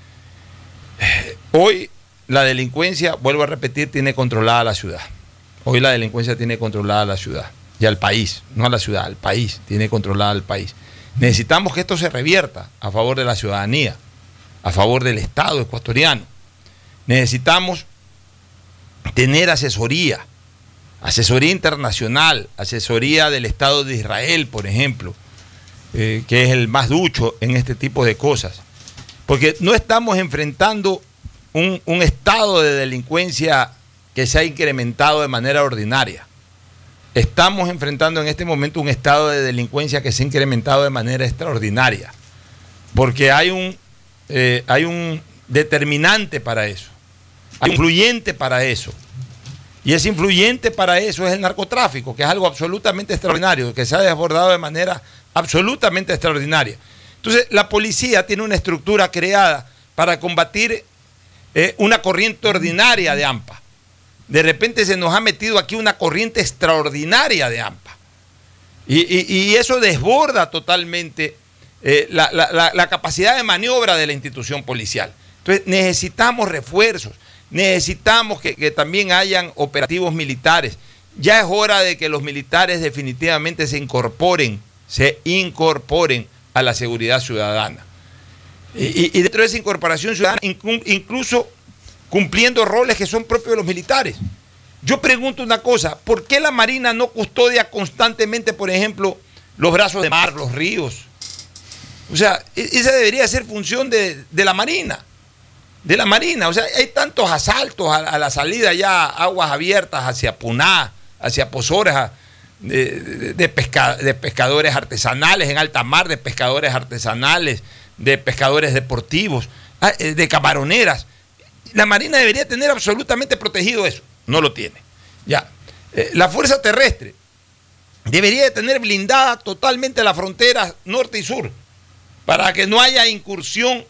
Hoy la delincuencia, vuelvo a repetir, tiene controlada la ciudad. Hoy la delincuencia tiene controlada la ciudad y al país, no a la ciudad, al país, tiene controlada el país. Necesitamos que esto se revierta a favor de la ciudadanía, a favor del Estado ecuatoriano. Necesitamos tener asesoría internacional, asesoría del Estado de Israel, por ejemplo, que es el más ducho en este tipo de cosas. Porque no estamos enfrentando un estado de delincuencia que se ha incrementado de manera ordinaria. Estamos enfrentando en este momento un estado de delincuencia que se ha incrementado de manera extraordinaria. Porque hay un determinante para eso, hay un influyente para eso. Y ese influyente para eso es el narcotráfico, que es algo absolutamente extraordinario, que se ha desbordado de manera absolutamente extraordinaria. Entonces, la policía tiene una estructura creada para combatir una corriente ordinaria de AMPA. De repente se nos ha metido aquí una corriente extraordinaria de AMPA. Y eso desborda totalmente la capacidad de maniobra de la institución policial. Entonces, necesitamos refuerzos. Necesitamos que también hayan operativos militares. Ya es hora de que los militares definitivamente se incorporen a la seguridad ciudadana. Y dentro de esa incorporación ciudadana, incluso cumpliendo roles que son propios de los militares. Yo pregunto una cosa, ¿por qué la Marina no custodia constantemente, por ejemplo, los brazos de mar, los ríos? O sea, esa debería ser función de la Marina. De la Marina, o sea, hay tantos asaltos a la salida ya a aguas abiertas hacia Puná, hacia Pozoras, de pescadores artesanales en alta mar, de pescadores artesanales, de pescadores deportivos, de camaroneras. La Marina debería tener absolutamente protegido eso, no lo tiene. Ya, la Fuerza Terrestre debería de tener blindada totalmente la frontera norte y sur, para que no haya incursión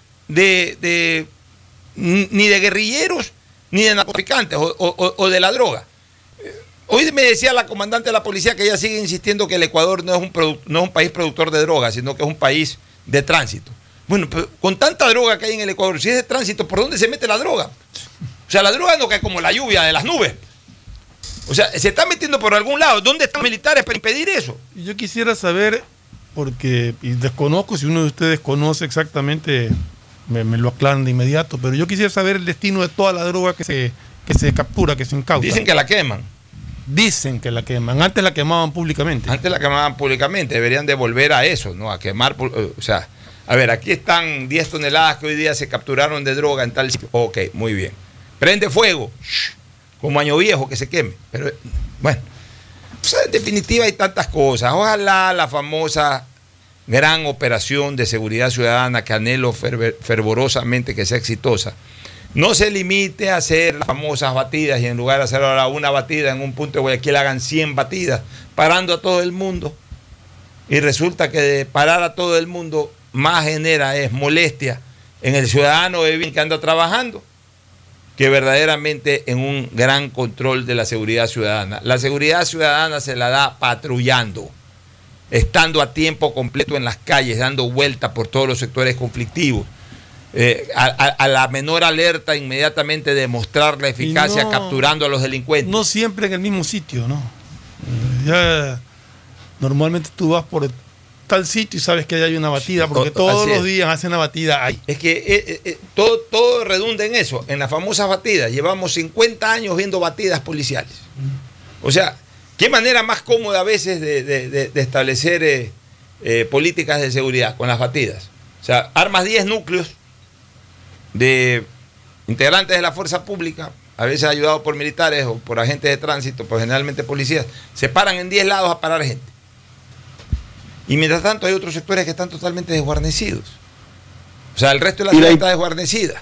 ni de guerrilleros, ni de narcotraficantes o de la droga. Hoy me decía la comandante de la policía que ella sigue insistiendo que el Ecuador no es un país productor de droga, sino que es un país de tránsito. Bueno, pero con tanta droga que hay en el Ecuador, si es de tránsito, ¿por dónde se mete la droga? O sea, la droga no cae como la lluvia de las nubes. O sea, se está metiendo por algún lado. ¿Dónde están los militares para impedir eso? Yo quisiera saber, porque y desconozco, si uno de ustedes conoce exactamente, me lo aclaran de inmediato, pero yo quisiera saber el destino de toda la droga que se captura, que se incauta. Dicen que la queman. Dicen que la queman. Antes la quemaban públicamente. Antes la quemaban públicamente. Deberían de volver a eso, ¿no? A quemar. O sea, a ver, aquí están 10 toneladas que hoy día se capturaron de droga en tal sitio. Ok, muy bien. Prende fuego. Como año viejo que se queme. Pero, bueno. O sea, en definitiva hay tantas cosas. Ojalá la famosa gran operación de seguridad ciudadana que anhelo fervorosamente que sea exitosa, no se limite a hacer las famosas batidas y en lugar de hacer ahora una batida en un punto de Guayaquil hagan 100 batidas, parando a todo el mundo. Y resulta que de parar a todo el mundo más genera es molestia en el ciudadano de bien que anda trabajando, que verdaderamente en un gran control de la seguridad ciudadana. La seguridad ciudadana se la da patrullando, estando a tiempo completo en las calles, dando vueltas por todos los sectores conflictivos. A la menor alerta inmediatamente demostrar la eficacia capturando a los delincuentes. No siempre en el mismo sitio, ¿no? Ya normalmente tú vas por tal sitio y sabes que hay una batida, porque todos los días hacen una batida ahí. Es que todo redunda en eso, en las famosas batidas. Llevamos 50 años viendo batidas policiales. O sea, qué manera más cómoda a veces de establecer políticas de seguridad con las batidas. O sea, armas 10 núcleos de integrantes de la fuerza pública, a veces ayudados por militares o por agentes de tránsito, pues generalmente policías, se paran en 10 lados a parar gente. Y mientras tanto hay otros sectores que están totalmente desguarnecidos. O sea, el resto de la ciudad está desguarnecida.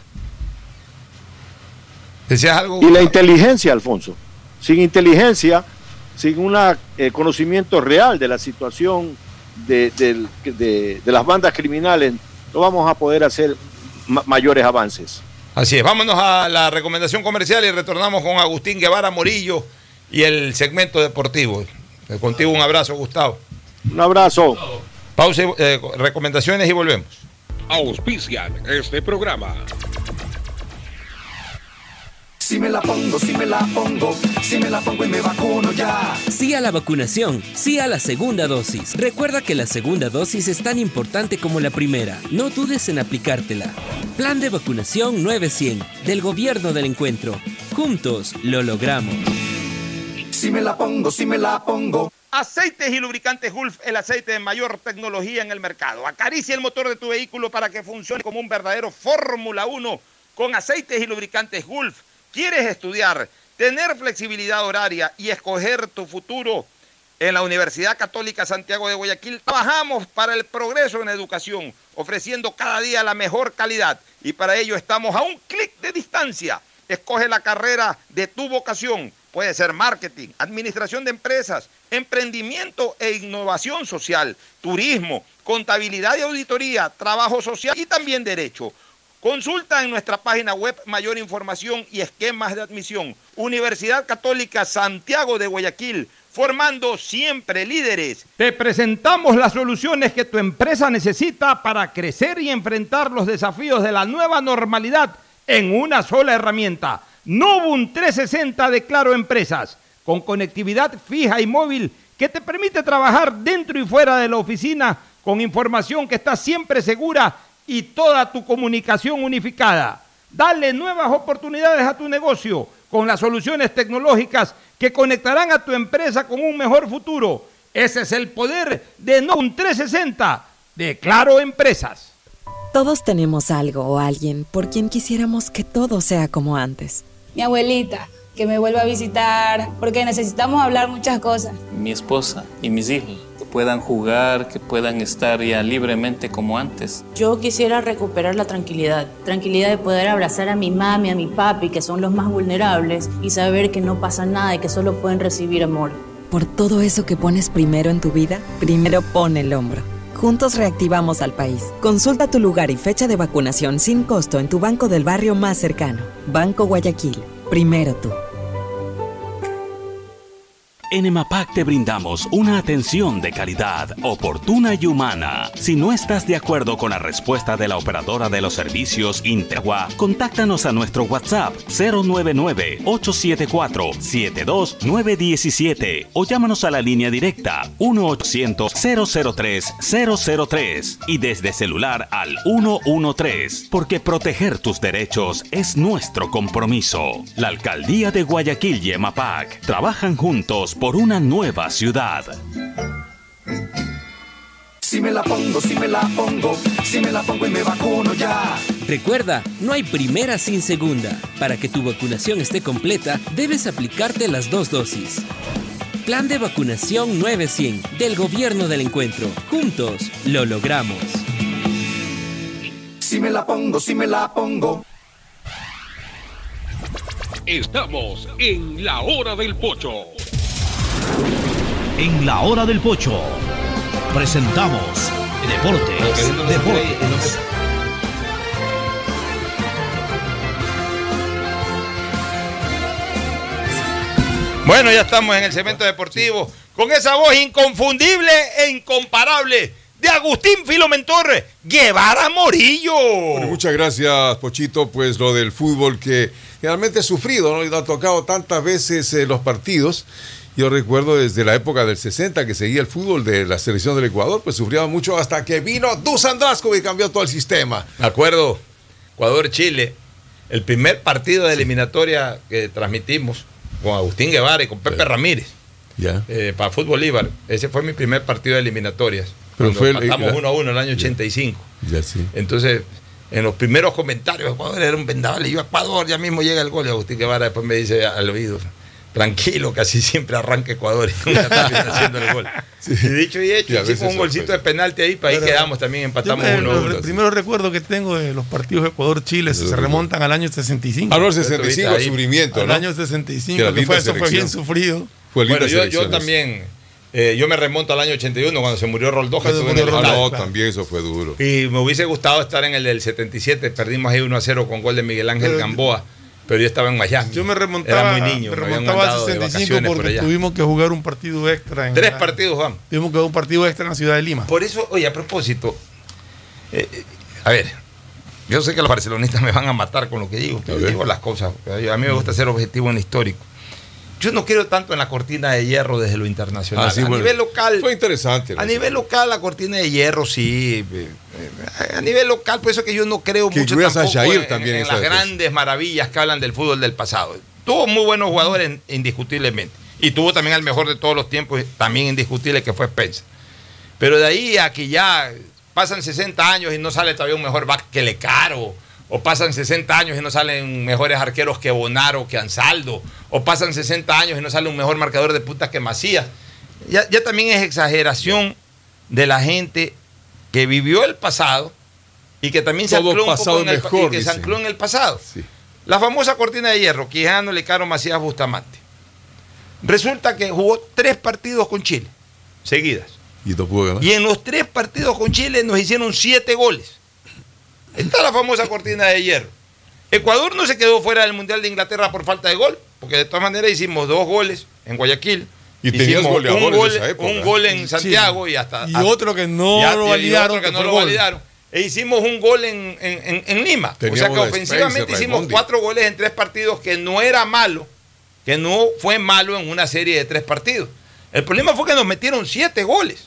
¿Decías algo? Y la inteligencia, Alfonso. Sin inteligencia, sin un conocimiento real de la situación de las bandas criminales, no vamos a poder hacer mayores avances. Así es, vámonos a la recomendación comercial y retornamos con Agustín Guevara Morillo y el segmento deportivo. Contigo un abrazo, Gustavo. Un abrazo. Pausa, recomendaciones y volvemos. Auspician este programa. Si me la pongo, si me la pongo, si me la pongo y me vacuno ya. Sí a la vacunación, sí a la segunda dosis. Recuerda que la segunda dosis es tan importante como la primera. No dudes en aplicártela. Plan de vacunación 900 del Gobierno del Encuentro. Juntos lo logramos. Si me la pongo, si me la pongo. Aceites y lubricantes Gulf, el aceite de mayor tecnología en el mercado. Acaricia el motor de tu vehículo para que funcione como un verdadero Fórmula 1 con aceites y lubricantes Gulf. ¿Quieres estudiar, tener flexibilidad horaria y escoger tu futuro? En la Universidad Católica Santiago de Guayaquil trabajamos para el progreso en educación, ofreciendo cada día la mejor calidad. Y para ello estamos a un clic de distancia. Escoge la carrera de tu vocación. Puede ser marketing, administración de empresas, emprendimiento e innovación social, turismo, contabilidad y auditoría, trabajo social y también derecho. Consulta en nuestra página web mayor información y esquemas de admisión. Universidad Católica Santiago de Guayaquil, formando siempre líderes. Te presentamos las soluciones que tu empresa necesita para crecer y enfrentar los desafíos de la nueva normalidad en una sola herramienta. Novum 360 de Claro Empresas, con conectividad fija y móvil que te permite trabajar dentro y fuera de la oficina con información que está siempre segura y toda tu comunicación unificada. Dale nuevas oportunidades a tu negocio con las soluciones tecnológicas que conectarán a tu empresa con un mejor futuro. Ese es el poder de Novum 360 de Claro Empresas. Todos tenemos algo o alguien por quien quisiéramos que todo sea como antes. Mi abuelita, que me vuelva a visitar, porque necesitamos hablar muchas cosas. Mi esposa y mis hijos, que puedan jugar, que puedan estar ya libremente como antes. Yo quisiera recuperar la tranquilidad de poder abrazar a mi mami, a mi papi, que son los más vulnerables, y saber que no pasa nada y que solo pueden recibir amor. Por todo eso que pones primero en tu vida, primero pon el hombro. Juntos reactivamos al país. Consulta tu lugar y fecha de vacunación sin costo en tu banco del barrio más cercano. Banco Guayaquil. Primero tú. En EMAPAC te brindamos una atención de calidad, oportuna y humana. Si no estás de acuerdo con la respuesta de la operadora de los servicios Interagua, contáctanos a nuestro WhatsApp 099-874-72917 o llámanos a la línea directa 1-800-003-003 y desde celular al 113, porque proteger tus derechos es nuestro compromiso. La Alcaldía de Guayaquil y EMAPAC trabajan juntos por una nueva ciudad. Si me la pongo, si me la pongo, si me la pongo y me vacuno ya. Recuerda, no hay primera sin segunda. Para que tu vacunación esté completa, debes aplicarte las 2 dosis. Plan de vacunación 900 del Gobierno del Encuentro. Juntos lo logramos. Si me la pongo, si me la pongo. Estamos en la hora del pocho. En la hora del pocho presentamos Deportes. Bueno, ya estamos en el segmento deportivo con esa voz inconfundible e incomparable de Agustín Filomentor Guevara Morillo. Bueno, muchas gracias, Pochito. Pues lo del fútbol que realmente he sufrido, ¿no? Y lo ha tocado tantas veces los partidos. Yo recuerdo desde la época del 60 que seguía el fútbol de la selección del Ecuador, pues sufría mucho hasta que vino Dusan Drašković y cambió todo el sistema. Me acuerdo, Ecuador-Chile, el primer partido de eliminatoria que transmitimos con Agustín Guevara y con Pepe Ramírez, para Fútbol Bolívar. Ese fue mi primer partido de eliminatorias. Pero empatamos 1-1 en el año 85. Ya sí. Entonces, en los primeros comentarios, Ecuador era un vendaval. Y yo, Ecuador, ya mismo llega el gol. Y Agustín Guevara después me dice al oído, tranquilo, que así siempre arranca Ecuador y nunca está haciendo el gol. Sí. Y dicho y hecho, hicimos un golcito de penalti ahí, para ahí quedamos también, empatamos 1-1. Los primeros recuerdos que tengo de los partidos de Ecuador-Chile se remontan al año 65. No, el 65, el sufrimiento, al año 65, que eso fue bien sufrido. Bueno, yo también, yo me remonto al año 81, cuando se murió Roldoja. También eso fue duro. Y me hubiese gustado estar en el del 77, perdimos ahí 1-0 con gol de Miguel Ángel Gamboa. Pero yo estaba en Miami. Yo me remontaba, era muy niño, al 65 porque tuvimos que jugar un partido extra. Tres partidos, vamos. Tuvimos que jugar un partido extra en la ciudad de Lima. Por eso, oye, a propósito, a ver, yo sé que los barcelonistas me van a matar con lo que digo, pero digo las cosas. A mí me gusta ser objetivo en lo histórico. Yo no quiero tanto en la cortina de hierro desde lo internacional. Nivel local. Fue interesante. A nivel local, la cortina de hierro, sí. A nivel local, por eso que yo no creo mucho tampoco en las grandes maravillas que hablan del fútbol del pasado. Tuvo muy buenos jugadores, indiscutiblemente. Y tuvo también al mejor de todos los tiempos, también indiscutible, que fue Spencer. Pero de ahí a que ya pasan 60 años y no sale todavía un mejor back que Lecaro, o pasan 60 años y no salen mejores arqueros que Bonaro, que Ansaldo, o pasan 60 años y no sale un mejor marcador de puntas que Macías. Ya también es exageración de la gente que vivió el pasado y que también se ancló un poco en el pasado. Sí. La famosa cortina de hierro, Quijano, Lecaro, Macías, Bustamante. Resulta que jugó 3 partidos con Chile, seguidas. Y en los 3 partidos con Chile nos hicieron 7 goles. Esta es la famosa cortina de hierro. Ecuador no se quedó fuera del Mundial de Inglaterra por falta de gol, porque de todas maneras hicimos 2 goles en Guayaquil. Y tenías goleadores en esa época. Un gol en Santiago y otro que no lo validaron. E hicimos un gol en Lima. O sea que ofensivamente hicimos 4 goles en 3 partidos, que no era malo, que no fue malo en una serie de 3 partidos. El problema fue que nos metieron 7 goles.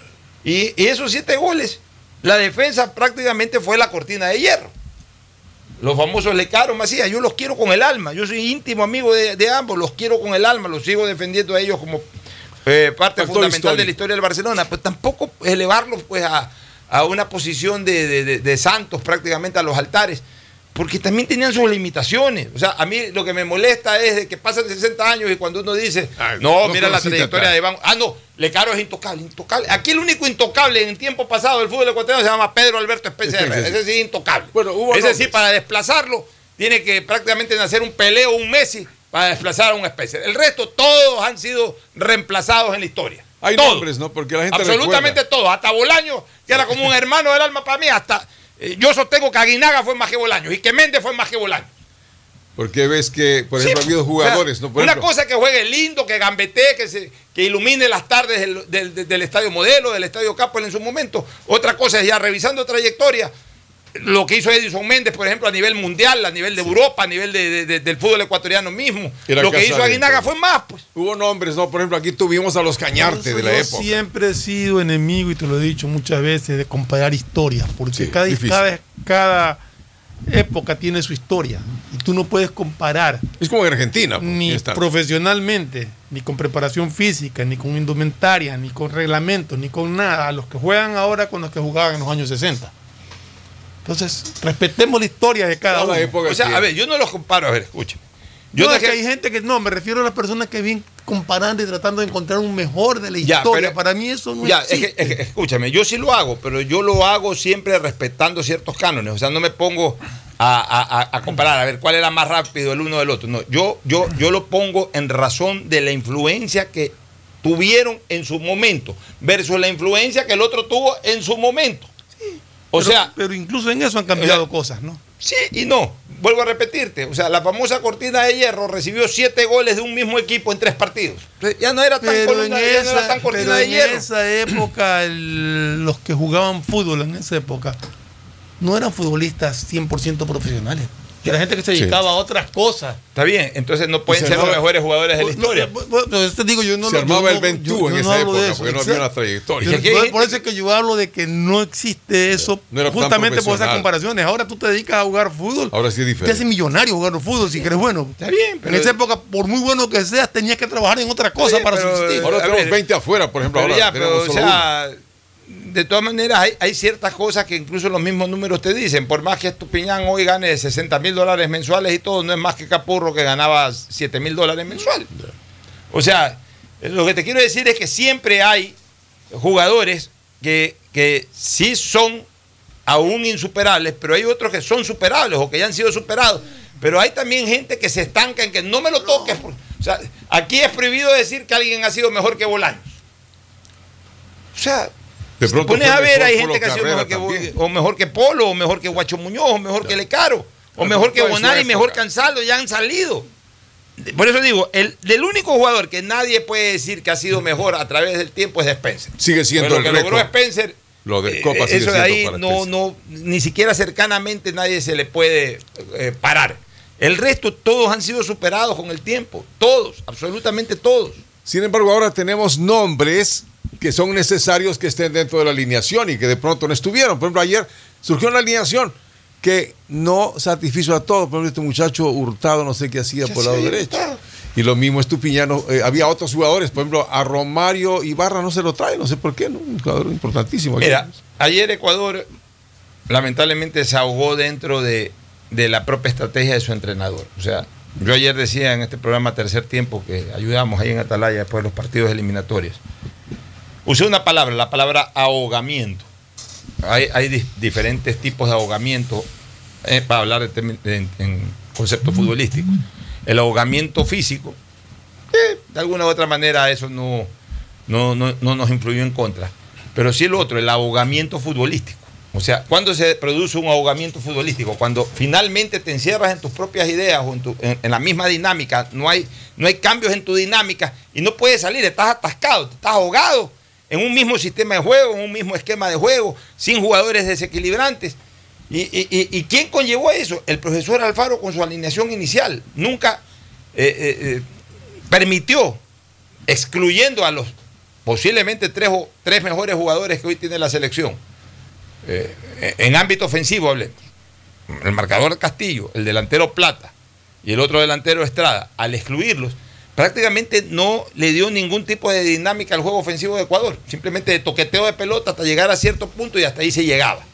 Y esos 7 goles, la defensa prácticamente fue la cortina de hierro. Los famosos Lecaro, Macías, yo los quiero con el alma. Yo soy íntimo amigo de ambos, los quiero con el alma, los sigo defendiendo a ellos como parte fundamental de la historia del Barcelona. Pero tampoco elevarlos pues a una posición de santos prácticamente a los altares, porque también tenían sus limitaciones. O sea, a mí lo que me molesta es de que pasan 60 años y cuando uno dice, no, mira la trayectoria de Iván. No, Lecaro es intocable. Aquí el único intocable en el tiempo pasado del fútbol ecuatoriano se llama Pedro Alberto Spencer. Ese sí es intocable. Ese sí, para desplazarlo, tiene que prácticamente nacer un Pelé o un Messi para desplazar a un Spencer. El resto, todos han sido reemplazados en la historia. Hay todos. Nombres, ¿no? Porque la gente absolutamente todos. Hasta Bolaños, que era como un hermano del alma para mí, hasta... yo sostengo que Aguinaga fue más que Bolaños y que Méndez fue más que Bolaños. Porque ves que, por ejemplo, ha habido jugadores, ¿no? Una cosa es que juegue lindo, que gambetee, que ilumine las tardes del Estadio Modelo, del Estadio Capel en su momento. Otra cosa es ya revisando trayectoria, lo que hizo Edison Méndez, por ejemplo, a nivel mundial, a nivel de Europa, a nivel del fútbol ecuatoriano mismo. Lo que hizo Aguinaga fue más, pues. Hubo nombres, ¿no? Por ejemplo, aquí tuvimos a los Cañarte de la época. Yo siempre he sido enemigo, y te lo he dicho muchas veces, de comparar historias, porque cada época tiene su historia y tú no puedes comparar. Es como en Argentina. Ni profesionalmente, ni con preparación física, ni con indumentaria, ni con reglamentos, ni con nada, a los que juegan ahora con los que jugaban en los años 60. Entonces, respetemos la historia de cada uno. O sea, a ver, yo no los comparo, a ver, escúchame. Hay gente que no, me refiero a las personas que vienen comparando y tratando de encontrar un mejor de la historia. Pero, para mí eso no existe. Escúchame, yo sí lo hago, pero yo lo hago siempre respetando ciertos cánones. O sea, no me pongo a comparar, a ver cuál era más rápido el uno del otro. No, yo lo pongo en razón de la influencia que tuvieron en su momento versus la influencia que el otro tuvo en su momento. Pero incluso en eso han cambiado cosas, ¿no? Sí y no. Vuelvo a repetirte. O sea, la famosa cortina de hierro recibió 7 goles de un mismo equipo en 3 partidos. Ya no era tan cortina de hierro. En esa época, los que jugaban fútbol en esa época no eran futbolistas 100% profesionales. Era gente que se dedicaba a otras cosas. Está bien, entonces no pueden ser los mejores jugadores de la historia. Se armaba el Ventú en esa época, porque no había una trayectoria. Por eso es que yo hablo de que no existe eso, justamente por esas comparaciones. Ahora tú te dedicas a jugar fútbol. Ahora sí es diferente. Te haces millonario jugando fútbol si eres bueno. Está bien, pero en esa época, por muy bueno que seas, tenías que trabajar en otra cosa para subsistir. Ahora tenemos 20 afuera, por ejemplo. Pero ahora o sea, de todas maneras hay ciertas cosas que incluso los mismos números te dicen. Por más que Estupiñán hoy gane $60,000 mensuales y todo, no es más que Capurro, que ganaba $7,000 mensuales. O sea, lo que te quiero decir es que siempre hay jugadores que sí son aún insuperables, pero hay otros que son superables o que ya han sido superados. Pero hay también gente que se estanca en que no me lo toques. O sea, aquí es prohibido decir que alguien ha sido mejor que Bolaños. O sea, de si te pones a ver, hay gente que ha sido mejor que Polo, o mejor que Guacho Muñoz, o mejor que Lecaro, o mejor que Bonari, mejor que Ansaldo, ya han salido. Por eso digo, del único jugador que nadie puede decir que ha sido mejor a través del tiempo es Spencer. Sigue siendo el que logró Spencer. Lo de Copa sigue eso de ahí siendo ni siquiera cercanamente nadie se le puede parar. El resto todos han sido superados con el tiempo, todos, absolutamente todos. Sin embargo, ahora tenemos nombres que son necesarios que estén dentro de la alineación y que de pronto no estuvieron. Por ejemplo, ayer surgió una alineación que no satisfizo a todos. Por ejemplo, este muchacho Hurtado, no sé qué hacía por el lado derecho. Y lo mismo Estupiñán. Había otros jugadores, por ejemplo, a Romario Ibarra no se lo trae, no sé por qué, ¿no? Un jugador importantísimo. Mira, ayer Ecuador lamentablemente se ahogó dentro de la propia estrategia de su entrenador. O sea, yo ayer decía en este programa Tercer Tiempo, que ayudamos ahí en Atalaya después de los partidos eliminatorios, usé una palabra, la palabra ahogamiento. Hay diferentes tipos de ahogamiento para hablar en conceptos futbolísticos. El ahogamiento físico, de alguna u otra manera eso no nos influyó en contra. Pero sí el otro, el ahogamiento futbolístico. O sea, ¿cuándo se produce un ahogamiento futbolístico? Cuando finalmente te encierras en tus propias ideas o en la misma dinámica, no hay cambios en tu dinámica y no puedes salir, estás atascado, estás ahogado en un mismo sistema de juego, en un mismo esquema de juego, sin jugadores desequilibrantes. ¿Y quién conllevó eso? El profesor Alfaro con su alineación inicial. Nunca permitió, excluyendo a los posiblemente tres mejores jugadores que hoy tiene la selección, en ámbito ofensivo hablemos, el marcador Castillo, el delantero Plata y el otro delantero Estrada, al excluirlos, prácticamente no le dio ningún tipo de dinámica al juego ofensivo de Ecuador, simplemente de toqueteo de pelota hasta llegar a cierto punto y hasta ahí se llegaba.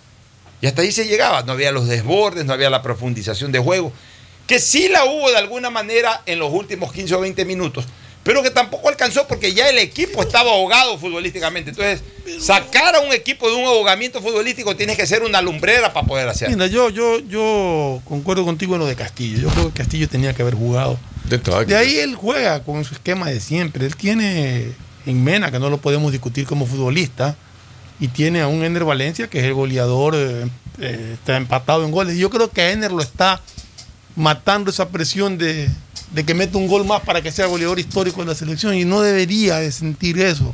No había los desbordes, no había la profundización de juego, que sí la hubo de alguna manera en los últimos 15 o 20 minutos, pero que tampoco alcanzó porque ya el equipo estaba ahogado futbolísticamente. Entonces, sacar a un equipo de un ahogamiento futbolístico tienes que ser una lumbrera para poder hacerlo. Mira, yo concuerdo contigo en lo de Castillo. Yo creo que Castillo tenía que haber jugado. De ahí él juega con su esquema de siempre. Él tiene en Mena, que no lo podemos discutir como futbolista, y tiene a un Ener Valencia, que es el goleador, está empatado en goles. Y yo creo que a Ener lo está matando esa presión de que mete un gol más para que sea goleador histórico de la selección, y no debería de sentir eso.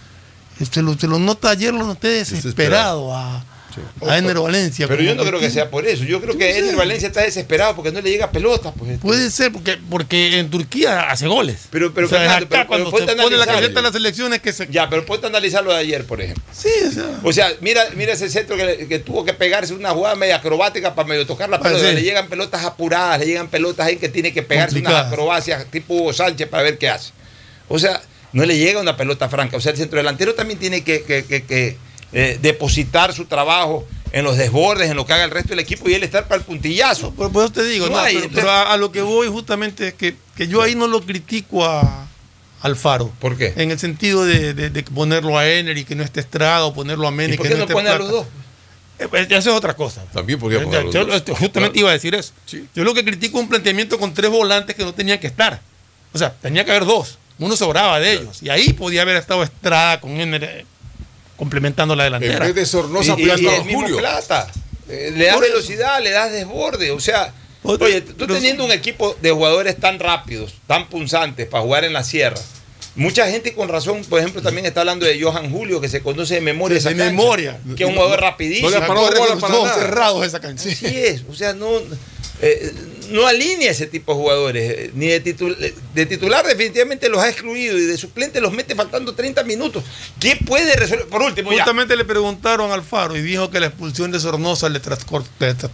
Se lo nota ayer, lo noté desesperado a Ener Valencia. Pero yo no creo que sea por eso. Yo creo que Ener Valencia está desesperado porque no le llega pelota. Pues. Puede ser, porque en Turquía hace goles. Pero o sea, Fernando, cuando se pone la camiseta de las selecciones que se... Ya, pero ponte a analizar lo de ayer, por ejemplo. Sí, o sea, mira ese centro que tuvo que pegarse una jugada media acrobática para medio tocar la pelota. Sí. Le llegan pelotas apuradas, le llegan pelotas ahí que tiene que pegarse unas acrobacias tipo Hugo Sánchez para ver qué hace. O sea, no le llega una pelota franca. O sea, el centrodelantero también tiene que depositar su trabajo en los desbordes, en lo que haga el resto del equipo y él estar para el puntillazo. Por eso te digo, pero a lo que voy justamente es que yo ahí no lo critico a Alfaro. ¿Por qué? En el sentido de ponerlo a Ener y que no esté Estrada, o ponerlo a Mena y que no esté Plata. ¿Por qué no pone a los dos? Ya eso es otra cosa. También podría poner los dos. Justamente iba a decir eso. Sí. Yo lo que critico es un planteamiento con 3 volantes que no tenían que estar. O sea, tenía que haber 2. Uno sobraba de ellos. Y ahí podía haber estado Estrada con Ener complementando la delantera. En vez de Sornosa, y el mismo Plata. Le das velocidad, le das desborde. O sea, oye, tú teniendo un equipo de jugadores tan rápidos, tan punzantes para jugar en la sierra. Mucha gente con razón, por ejemplo, también está hablando de Johan Julio, que se conoce de memoria esa cancha, que es un jugador rapidísimo. No le paró de bola para nada. Cerrados esa cancha. Así es, o sea, no alinea ese tipo de jugadores, ni de titular definitivamente los ha excluido y de suplente los mete faltando 30 minutos. ¿Qué puede resolver? Por último, justamente le preguntaron a Alfaro y dijo que la expulsión de Sornosa le trastocó.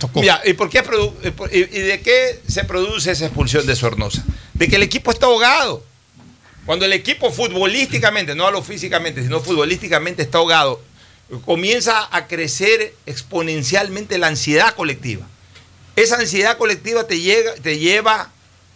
¿Y de qué se produce esa expulsión de Sornosa? De que el equipo está ahogado. Cuando el equipo futbolísticamente, no hablo físicamente, sino futbolísticamente está ahogado, comienza a crecer exponencialmente la ansiedad colectiva. Esa ansiedad colectiva te lleva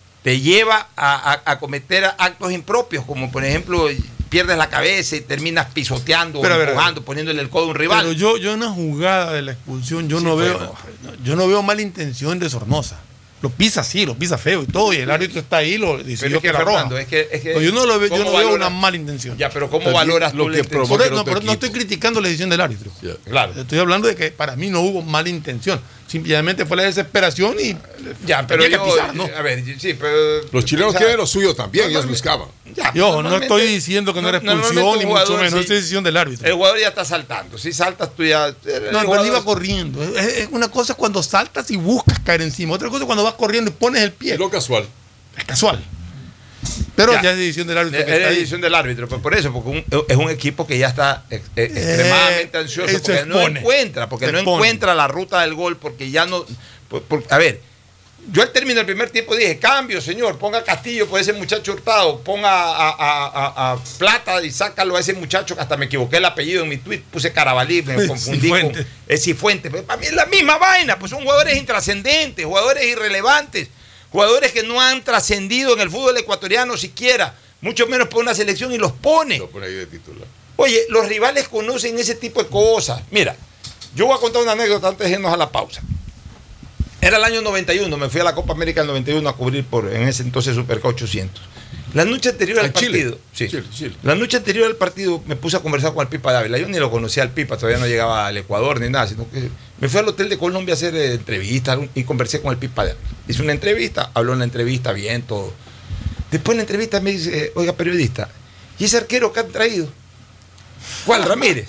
a cometer actos impropios, como por ejemplo pierdes la cabeza y terminas pisoteando, empujando, poniéndole el codo a un rival. Pero yo en una jugada de la expulsión, yo no veo mala intención de Sornosa. Lo pisa feo y todo, y el árbitro está ahí, lo decidió que la roja. Yo no veo una mala intención. Ya, pero ¿cómo valoras lo que provocó? No estoy criticando la decisión del árbitro. Claro. Estoy hablando de que para mí no hubo mala intención. Simplemente fue la desesperación y ya, pero pisar, ¿no? A ver, sí, pero los chilenos quieren lo suyo también, ellos buscaban. Yo no estoy diciendo que no era expulsión, ni mucho menos, es decisión del árbitro. El jugador ya está saltando. Si saltas, tú ya. No, el jugador iba corriendo. Es una cosa cuando saltas y buscas caer encima. Otra cosa cuando vas corriendo y pones el pie. Lo casual. Es casual. Pero ya es decisión del árbitro. Es decisión del árbitro, pero por eso, porque es un equipo que ya está extremadamente ansioso, porque no encuentra la ruta del gol, porque ya no. A ver, yo al término del primer tiempo dije: cambio, señor, ponga a Castillo por ese muchacho Hurtado, ponga a Plata y sácalo a ese muchacho, que hasta me equivoqué el apellido en mi tweet, puse Carabalí, me confundí con Cifuentes. Pero para mí es la misma vaina, pues son jugadores intrascendentes, jugadores irrelevantes. Jugadores que no han trascendido en el fútbol ecuatoriano siquiera, mucho menos por una selección, y los pone. Lo pone ahí de titular. Oye, los rivales conocen ese tipo de cosas. Mira, yo voy a contar una anécdota antes de irnos a la pausa. Era el año 91, me fui a la Copa América del 91 a cubrir en ese entonces Superca 800. La noche anterior al partido, Chile. La noche anterior al partido me puse a conversar con el Pipa Dávila. Yo ni lo conocía al Pipa, todavía no llegaba al Ecuador ni nada, sino que me fui al Hotel de Colombia a hacer entrevistas y conversé con el Pipa Dávila. Hice una entrevista, habló en la entrevista bien, todo. Después de la entrevista me dice: oiga, periodista, ¿y ese arquero que han traído? ¿Cuál, Ramírez?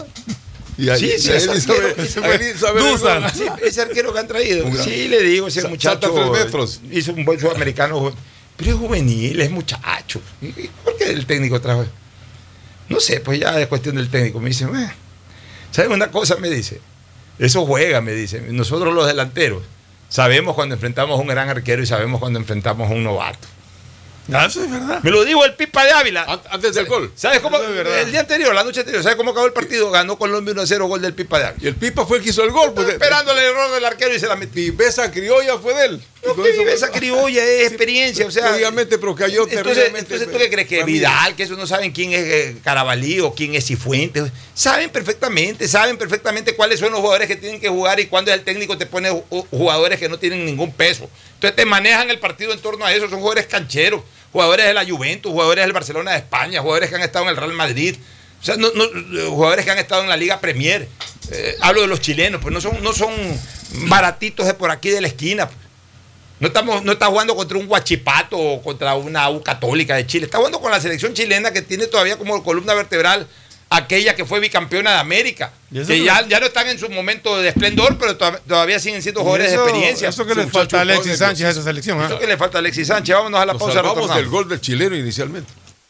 Ese arquero que han traído. Sí, le digo, ese muchacho hizo un buen sudamericano. Pero es juvenil, es muchacho. ¿Por qué el técnico trajo? No sé, pues ya es cuestión del técnico. Me dice: ¿sabes una cosa? Me dice, eso juega, me dice. Nosotros los delanteros sabemos cuando enfrentamos a un gran arquero y sabemos cuando enfrentamos a un novato. Eso es verdad. Me lo dijo el Pipa de Ávila. Antes del gol. ¿Sabes cómo? El día anterior, la noche anterior, ¿sabes cómo acabó el partido? Ganó Colombia 1-0, gol del Pipa de Ávila. Y el Pipa fue el que hizo el gol. Pues, esperando el error del arquero y se la metió. Viveza criolla fue de él. Esa criolla es experiencia, o sea. Obviamente, pero cayó terriblemente. Entonces, ¿tú qué crees? Que Vidal, que eso no saben quién es Carabalí o quién es Cifuentes. Saben perfectamente cuáles son los jugadores que tienen que jugar y cuándo el técnico te pone jugadores que no tienen ningún peso. Entonces te manejan el partido en torno a eso. Son jugadores cancheros, jugadores de la Juventus, jugadores del Barcelona de España, jugadores que han estado en el Real Madrid. O sea, jugadores que han estado en la Liga Premier. Hablo de los chilenos, pues no son baratitos de por aquí de la esquina. No está jugando contra un Huachipato o contra una U Católica de Chile. Está jugando con la selección chilena, que tiene todavía como columna vertebral aquella que fue bicampeona de América. Que ya no están en su momento de esplendor, pero todavía siguen siendo jugadores de experiencia. Eso que le falta a Alexis Sánchez a esa selección. Eso que le falta a Alexis Sánchez. Vámonos a la pausa. Hablamos del gol del chileno inicialmente.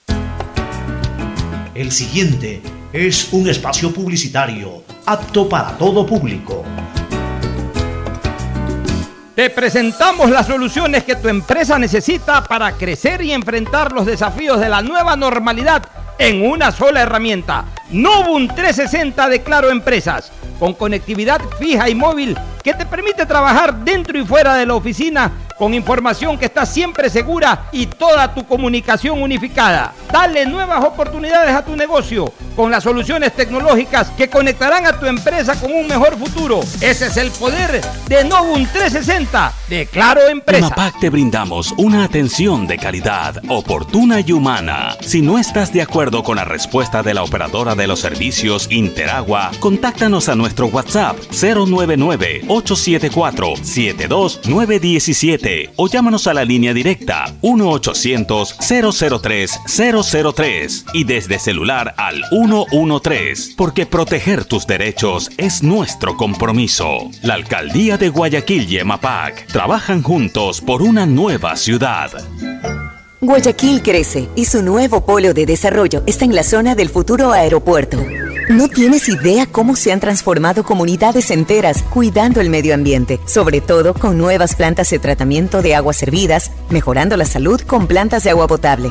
El siguiente es un espacio publicitario apto para todo público. Te presentamos las soluciones que tu empresa necesita para crecer y enfrentar los desafíos de la nueva normalidad en una sola herramienta. Novum 360 de Claro Empresas, con conectividad fija y móvil que te permite trabajar dentro y fuera de la oficina con información que está siempre segura y toda tu comunicación unificada. Dale nuevas oportunidades a tu negocio con las soluciones tecnológicas que conectarán a tu empresa con un mejor futuro. Ese es el poder de Novum 360 de Claro Empresas. En MAPAC te brindamos una atención de calidad, oportuna y humana. Si no estás de acuerdo con la respuesta de la operadora de los servicios Interagua, contáctanos a nuestro WhatsApp 099-874-72917 o llámanos a la línea directa 1-800-003-003 y desde celular al 113, porque proteger tus derechos es nuestro compromiso. La Alcaldía de Guayaquil y MAPAC trabajan juntos por una nueva ciudad. Guayaquil crece y su nuevo polo de desarrollo está en la zona del futuro aeropuerto. No tienes idea cómo se han transformado comunidades enteras cuidando el medio ambiente, sobre todo con nuevas plantas de tratamiento de aguas servidas, mejorando la salud con plantas de agua potable.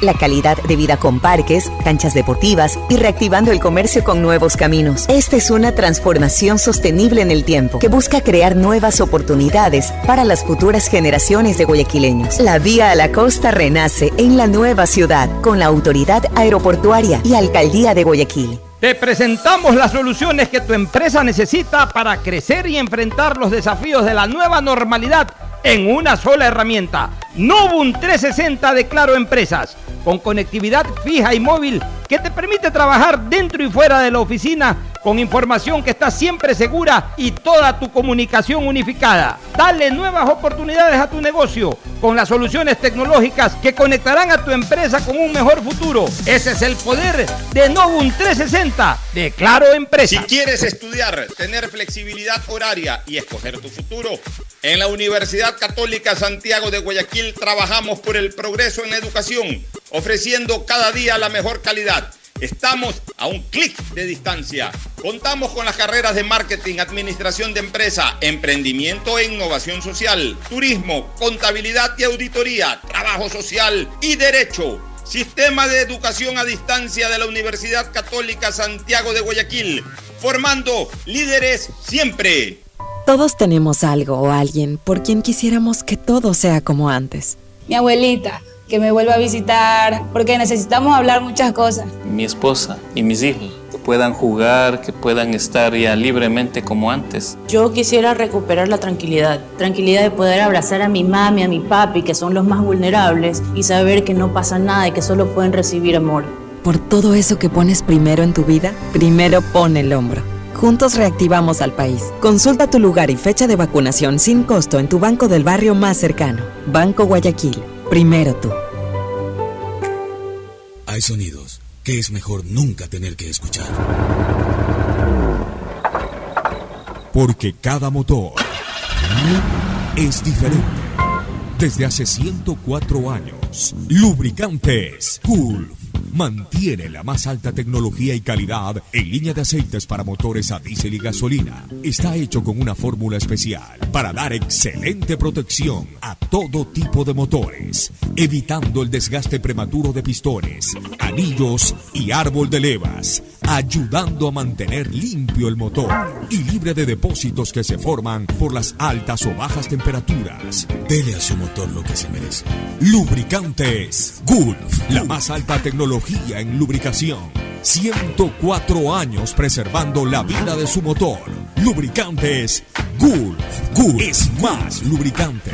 la calidad de vida con parques, canchas deportivas y reactivando el comercio con nuevos caminos. Esta es una transformación sostenible en el tiempo que busca crear nuevas oportunidades para las futuras generaciones de guayaquileños. La Vía a la Costa renace en la nueva ciudad con la Autoridad Aeroportuaria y Alcaldía de Guayaquil. Te presentamos las soluciones que tu empresa necesita para crecer y enfrentar los desafíos de la nueva normalidad en una sola herramienta. Novum 360 de Claro Empresas, con conectividad fija y móvil que te permite trabajar dentro y fuera de la oficina con información que está siempre segura y toda tu comunicación unificada. Dale nuevas oportunidades a tu negocio con las soluciones tecnológicas que conectarán a tu empresa con un mejor futuro. Ese es el poder de Novum 360 de Claro Empresas. Si quieres estudiar, tener flexibilidad horaria y escoger tu futuro, en la Universidad Católica Santiago de Guayaquil trabajamos por el progreso en la educación, ofreciendo cada día la mejor calidad. Estamos a un clic de distancia. Contamos con las carreras de marketing, administración de empresa, emprendimiento e innovación social, turismo, contabilidad y auditoría, trabajo social y derecho. Sistema de educación a distancia de la Universidad Católica Santiago de Guayaquil, formando líderes siempre. Todos tenemos algo o alguien por quien quisiéramos que todo sea como antes. Mi abuelita, que me vuelva a visitar, porque necesitamos hablar muchas cosas. Mi esposa y mis hijos, que puedan jugar, que puedan estar ya libremente como antes. Yo quisiera recuperar la tranquilidad de poder abrazar a mi mami, a mi papi, que son los más vulnerables, y saber que no pasa nada y que solo pueden recibir amor. Por todo eso que pones primero en tu vida, primero pon el hombro. Juntos reactivamos al país. Consulta tu lugar y fecha de vacunación sin costo en tu banco del barrio más cercano. Banco Guayaquil. Primero tú. Hay sonidos que es mejor nunca tener que escuchar. Porque cada motor es diferente. Desde hace 104 años, Lubricantes Gulf mantiene la más alta tecnología y calidad en línea de aceites para motores a diésel y gasolina. Está hecho con una fórmula especial para dar excelente protección a todo tipo de motores, evitando el desgaste prematuro de pistones, anillos y árbol de levas, ayudando a mantener limpio el motor y libre de depósitos que se forman por las altas o bajas temperaturas. Dele a su motor lo que se merece. Lubricantes Gulf, la más alta tecnología en lubricación. 104 años preservando la vida de su motor. Lubricantes Gulf. Gulf es más lubricante.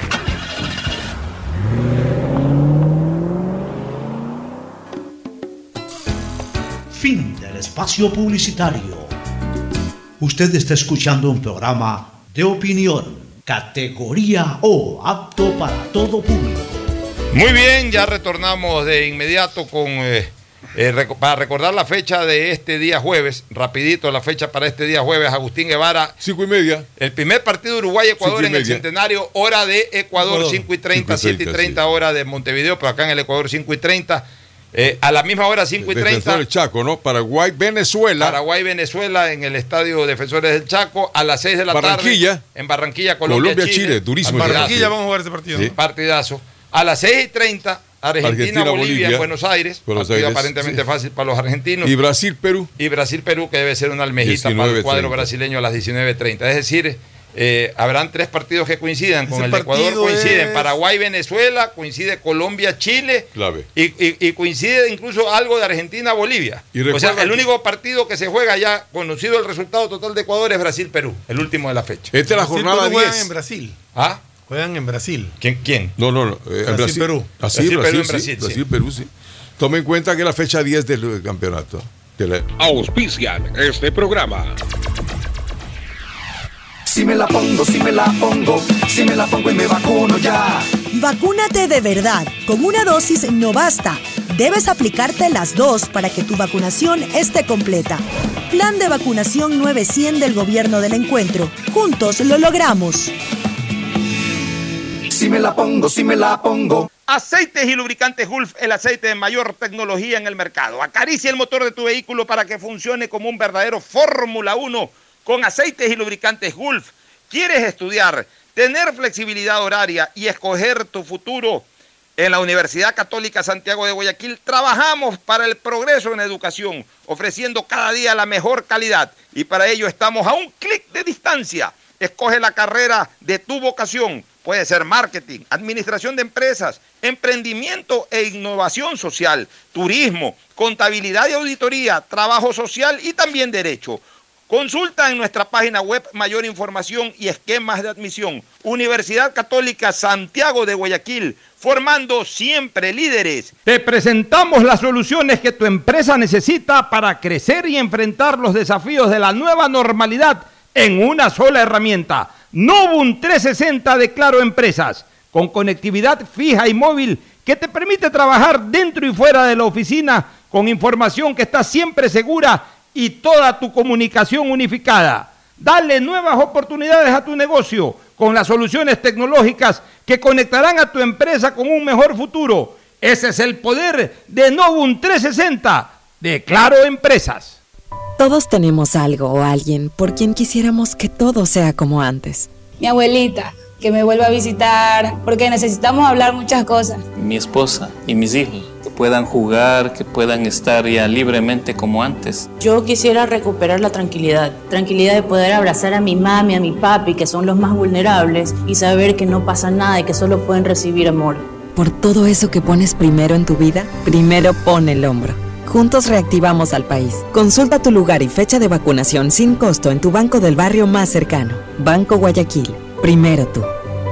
Fin del espacio publicitario. Usted está escuchando un programa de opinión, categoría O, apto para todo público. Muy bien, ya retornamos de inmediato con para recordar la fecha de este día jueves. Rapidito la fecha para este día jueves. Agustín Guevara, 5:30. El primer partido Uruguay-Ecuador en el Centenario, hora de Ecuador, 5:30, 7:30 hora de Montevideo, pero acá en el Ecuador 5:30. A la misma hora, 5:30. Defensor del Chaco, ¿no? Paraguay-Venezuela. Paraguay-Venezuela en el Estadio Defensores del Chaco. A las 6 de la tarde. En Barranquilla, Colombia-Chile. Durísimo. En Barranquilla vamos a jugar ese partido. Sí. Partidazo. A las 6:30, Argentina-Bolivia en Buenos Aires. Partido aparentemente fácil para los argentinos. Y Brasil-Perú. Y Brasil-Perú, que debe ser una almejita para el cuadro brasileño a las 19:30. Es decir, habrán 3 partidos que coincidan. Con el de Ecuador coinciden Paraguay-Venezuela, coincide Colombia-Chile. Clave. Y coincide incluso algo de Argentina-Bolivia. O sea, el único partido que se juega ya, conocido el resultado total de Ecuador, es Brasil-Perú, el último de la fecha. Esta es la jornada 10. Juegan en Brasil. ¿Ah? Juegan en Brasil. ¿Quién? No. Brasil-Perú. Brasil-Perú, sí. Tome en cuenta que es la fecha 10 del campeonato. Auspician este programa. Si me la pongo, si me la pongo, si me la pongo y me vacuno ya. Vacúnate de verdad. Con una dosis no basta. Debes aplicarte las 2 para que tu vacunación esté completa. Plan de vacunación 900 del Gobierno del Encuentro. Juntos lo logramos. Si me la pongo, si me la pongo. Aceites y lubricantes Gulf, el aceite de mayor tecnología en el mercado. Acaricia el motor de tu vehículo para que funcione como un verdadero Fórmula 1 con aceites y lubricantes Gulf. ¿Quieres estudiar, tener flexibilidad horaria y escoger tu futuro? En la Universidad Católica Santiago de Guayaquil trabajamos para el progreso en educación, ofreciendo cada día la mejor calidad. Y para ello estamos a un clic de distancia. Escoge la carrera de tu vocación. Puede ser marketing, administración de empresas, emprendimiento e innovación social, turismo, contabilidad y auditoría, trabajo social y también derecho. Consulta en nuestra página web mayor información y esquemas de admisión. Universidad Católica Santiago de Guayaquil, formando siempre líderes. Te presentamos las soluciones que tu empresa necesita para crecer y enfrentar los desafíos de la nueva normalidad en una sola herramienta. Novum 360 de Claro Empresas, con conectividad fija y móvil que te permite trabajar dentro y fuera de la oficina con información que está siempre segura y toda tu comunicación unificada. Dale nuevas oportunidades a tu negocio con las soluciones tecnológicas que conectarán a tu empresa con un mejor futuro. Ese es el poder de Novum 360 de Claro Empresas. Todos tenemos algo o alguien por quien quisiéramos que todo sea como antes. Mi abuelita, que me vuelva a visitar, porque necesitamos hablar muchas cosas. Mi esposa y mis hijos, que puedan jugar, que puedan estar ya libremente como antes. Yo quisiera recuperar la tranquilidad de poder abrazar a mi mami, a mi papi, que son los más vulnerables, y saber que no pasa nada y que solo pueden recibir amor. Por todo eso que pones primero en tu vida, primero pon el hombro. Juntos reactivamos al país. Consulta tu lugar y fecha de vacunación sin costo en tu banco del barrio más cercano. Banco Guayaquil. Primero tú.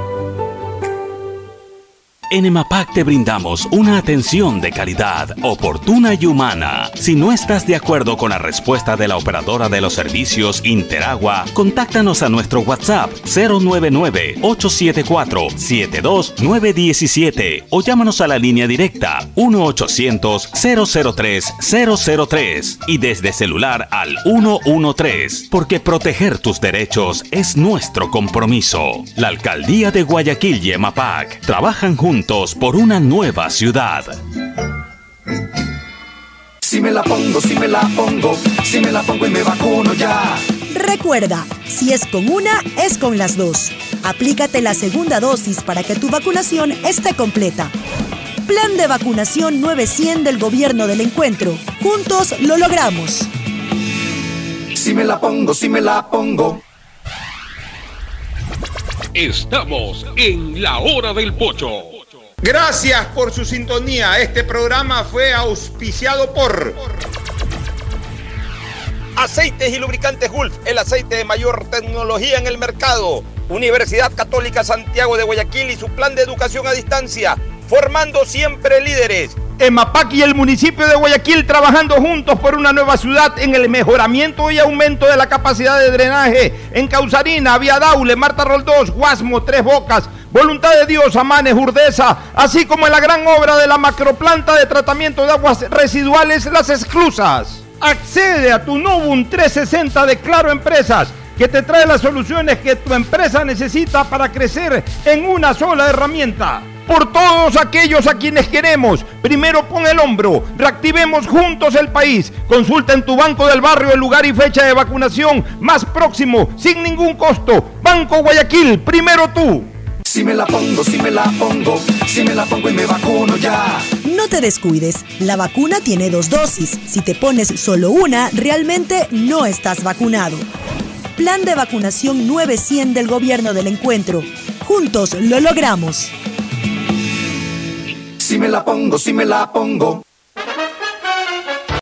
En EMAPAC te brindamos una atención de calidad, oportuna y humana. Si no estás de acuerdo con la respuesta de la operadora de los servicios Interagua, contáctanos a nuestro WhatsApp 099-874-72917 o llámanos a la línea directa 1-800-003-003 y desde celular al 113, porque proteger tus derechos es nuestro compromiso. La Alcaldía de Guayaquil y EMAPAC trabajan juntos por una nueva ciudad. Si me la pongo, si me la pongo, si me la pongo y me vacuno ya. Recuerda, si es con una, es con las dos. Aplícate la segunda dosis para que tu vacunación esté completa. Plan de vacunación 900 del Gobierno del Encuentro. Juntos lo logramos. Si me la pongo, si me la pongo. Estamos en la hora del pocho. Gracias por su sintonía. Este programa fue auspiciado por Aceites y Lubricantes Gulf, el aceite de mayor tecnología en el mercado. Universidad Católica Santiago de Guayaquil y su plan de educación a distancia, formando siempre líderes. EMAPAC y el municipio de Guayaquil trabajando juntos por una nueva ciudad en el mejoramiento y aumento de la capacidad de drenaje en Causarina, Vía Daule, Marta Roldós, Guasmo, Tres Bocas, Voluntad de Dios, Amanes, Urdesa, así como en la gran obra de la macroplanta de tratamiento de aguas residuales Las Esclusas. Accede a tu Novum 360 de Claro Empresas, que te trae las soluciones que tu empresa necesita para crecer en una sola herramienta. Por todos aquellos a quienes queremos, primero pon el hombro, reactivemos juntos el país. Consulta en tu banco del barrio el lugar y fecha de vacunación más próximo, sin ningún costo. Banco Guayaquil, primero tú. Si me la pongo, si me la pongo, si me la pongo y me vacuno ya. No te descuides, la vacuna tiene 2 dosis. Si te pones solo una, realmente no estás vacunado. Plan de vacunación 900 del Gobierno del Encuentro. Juntos lo logramos. Si me la pongo, si me la pongo.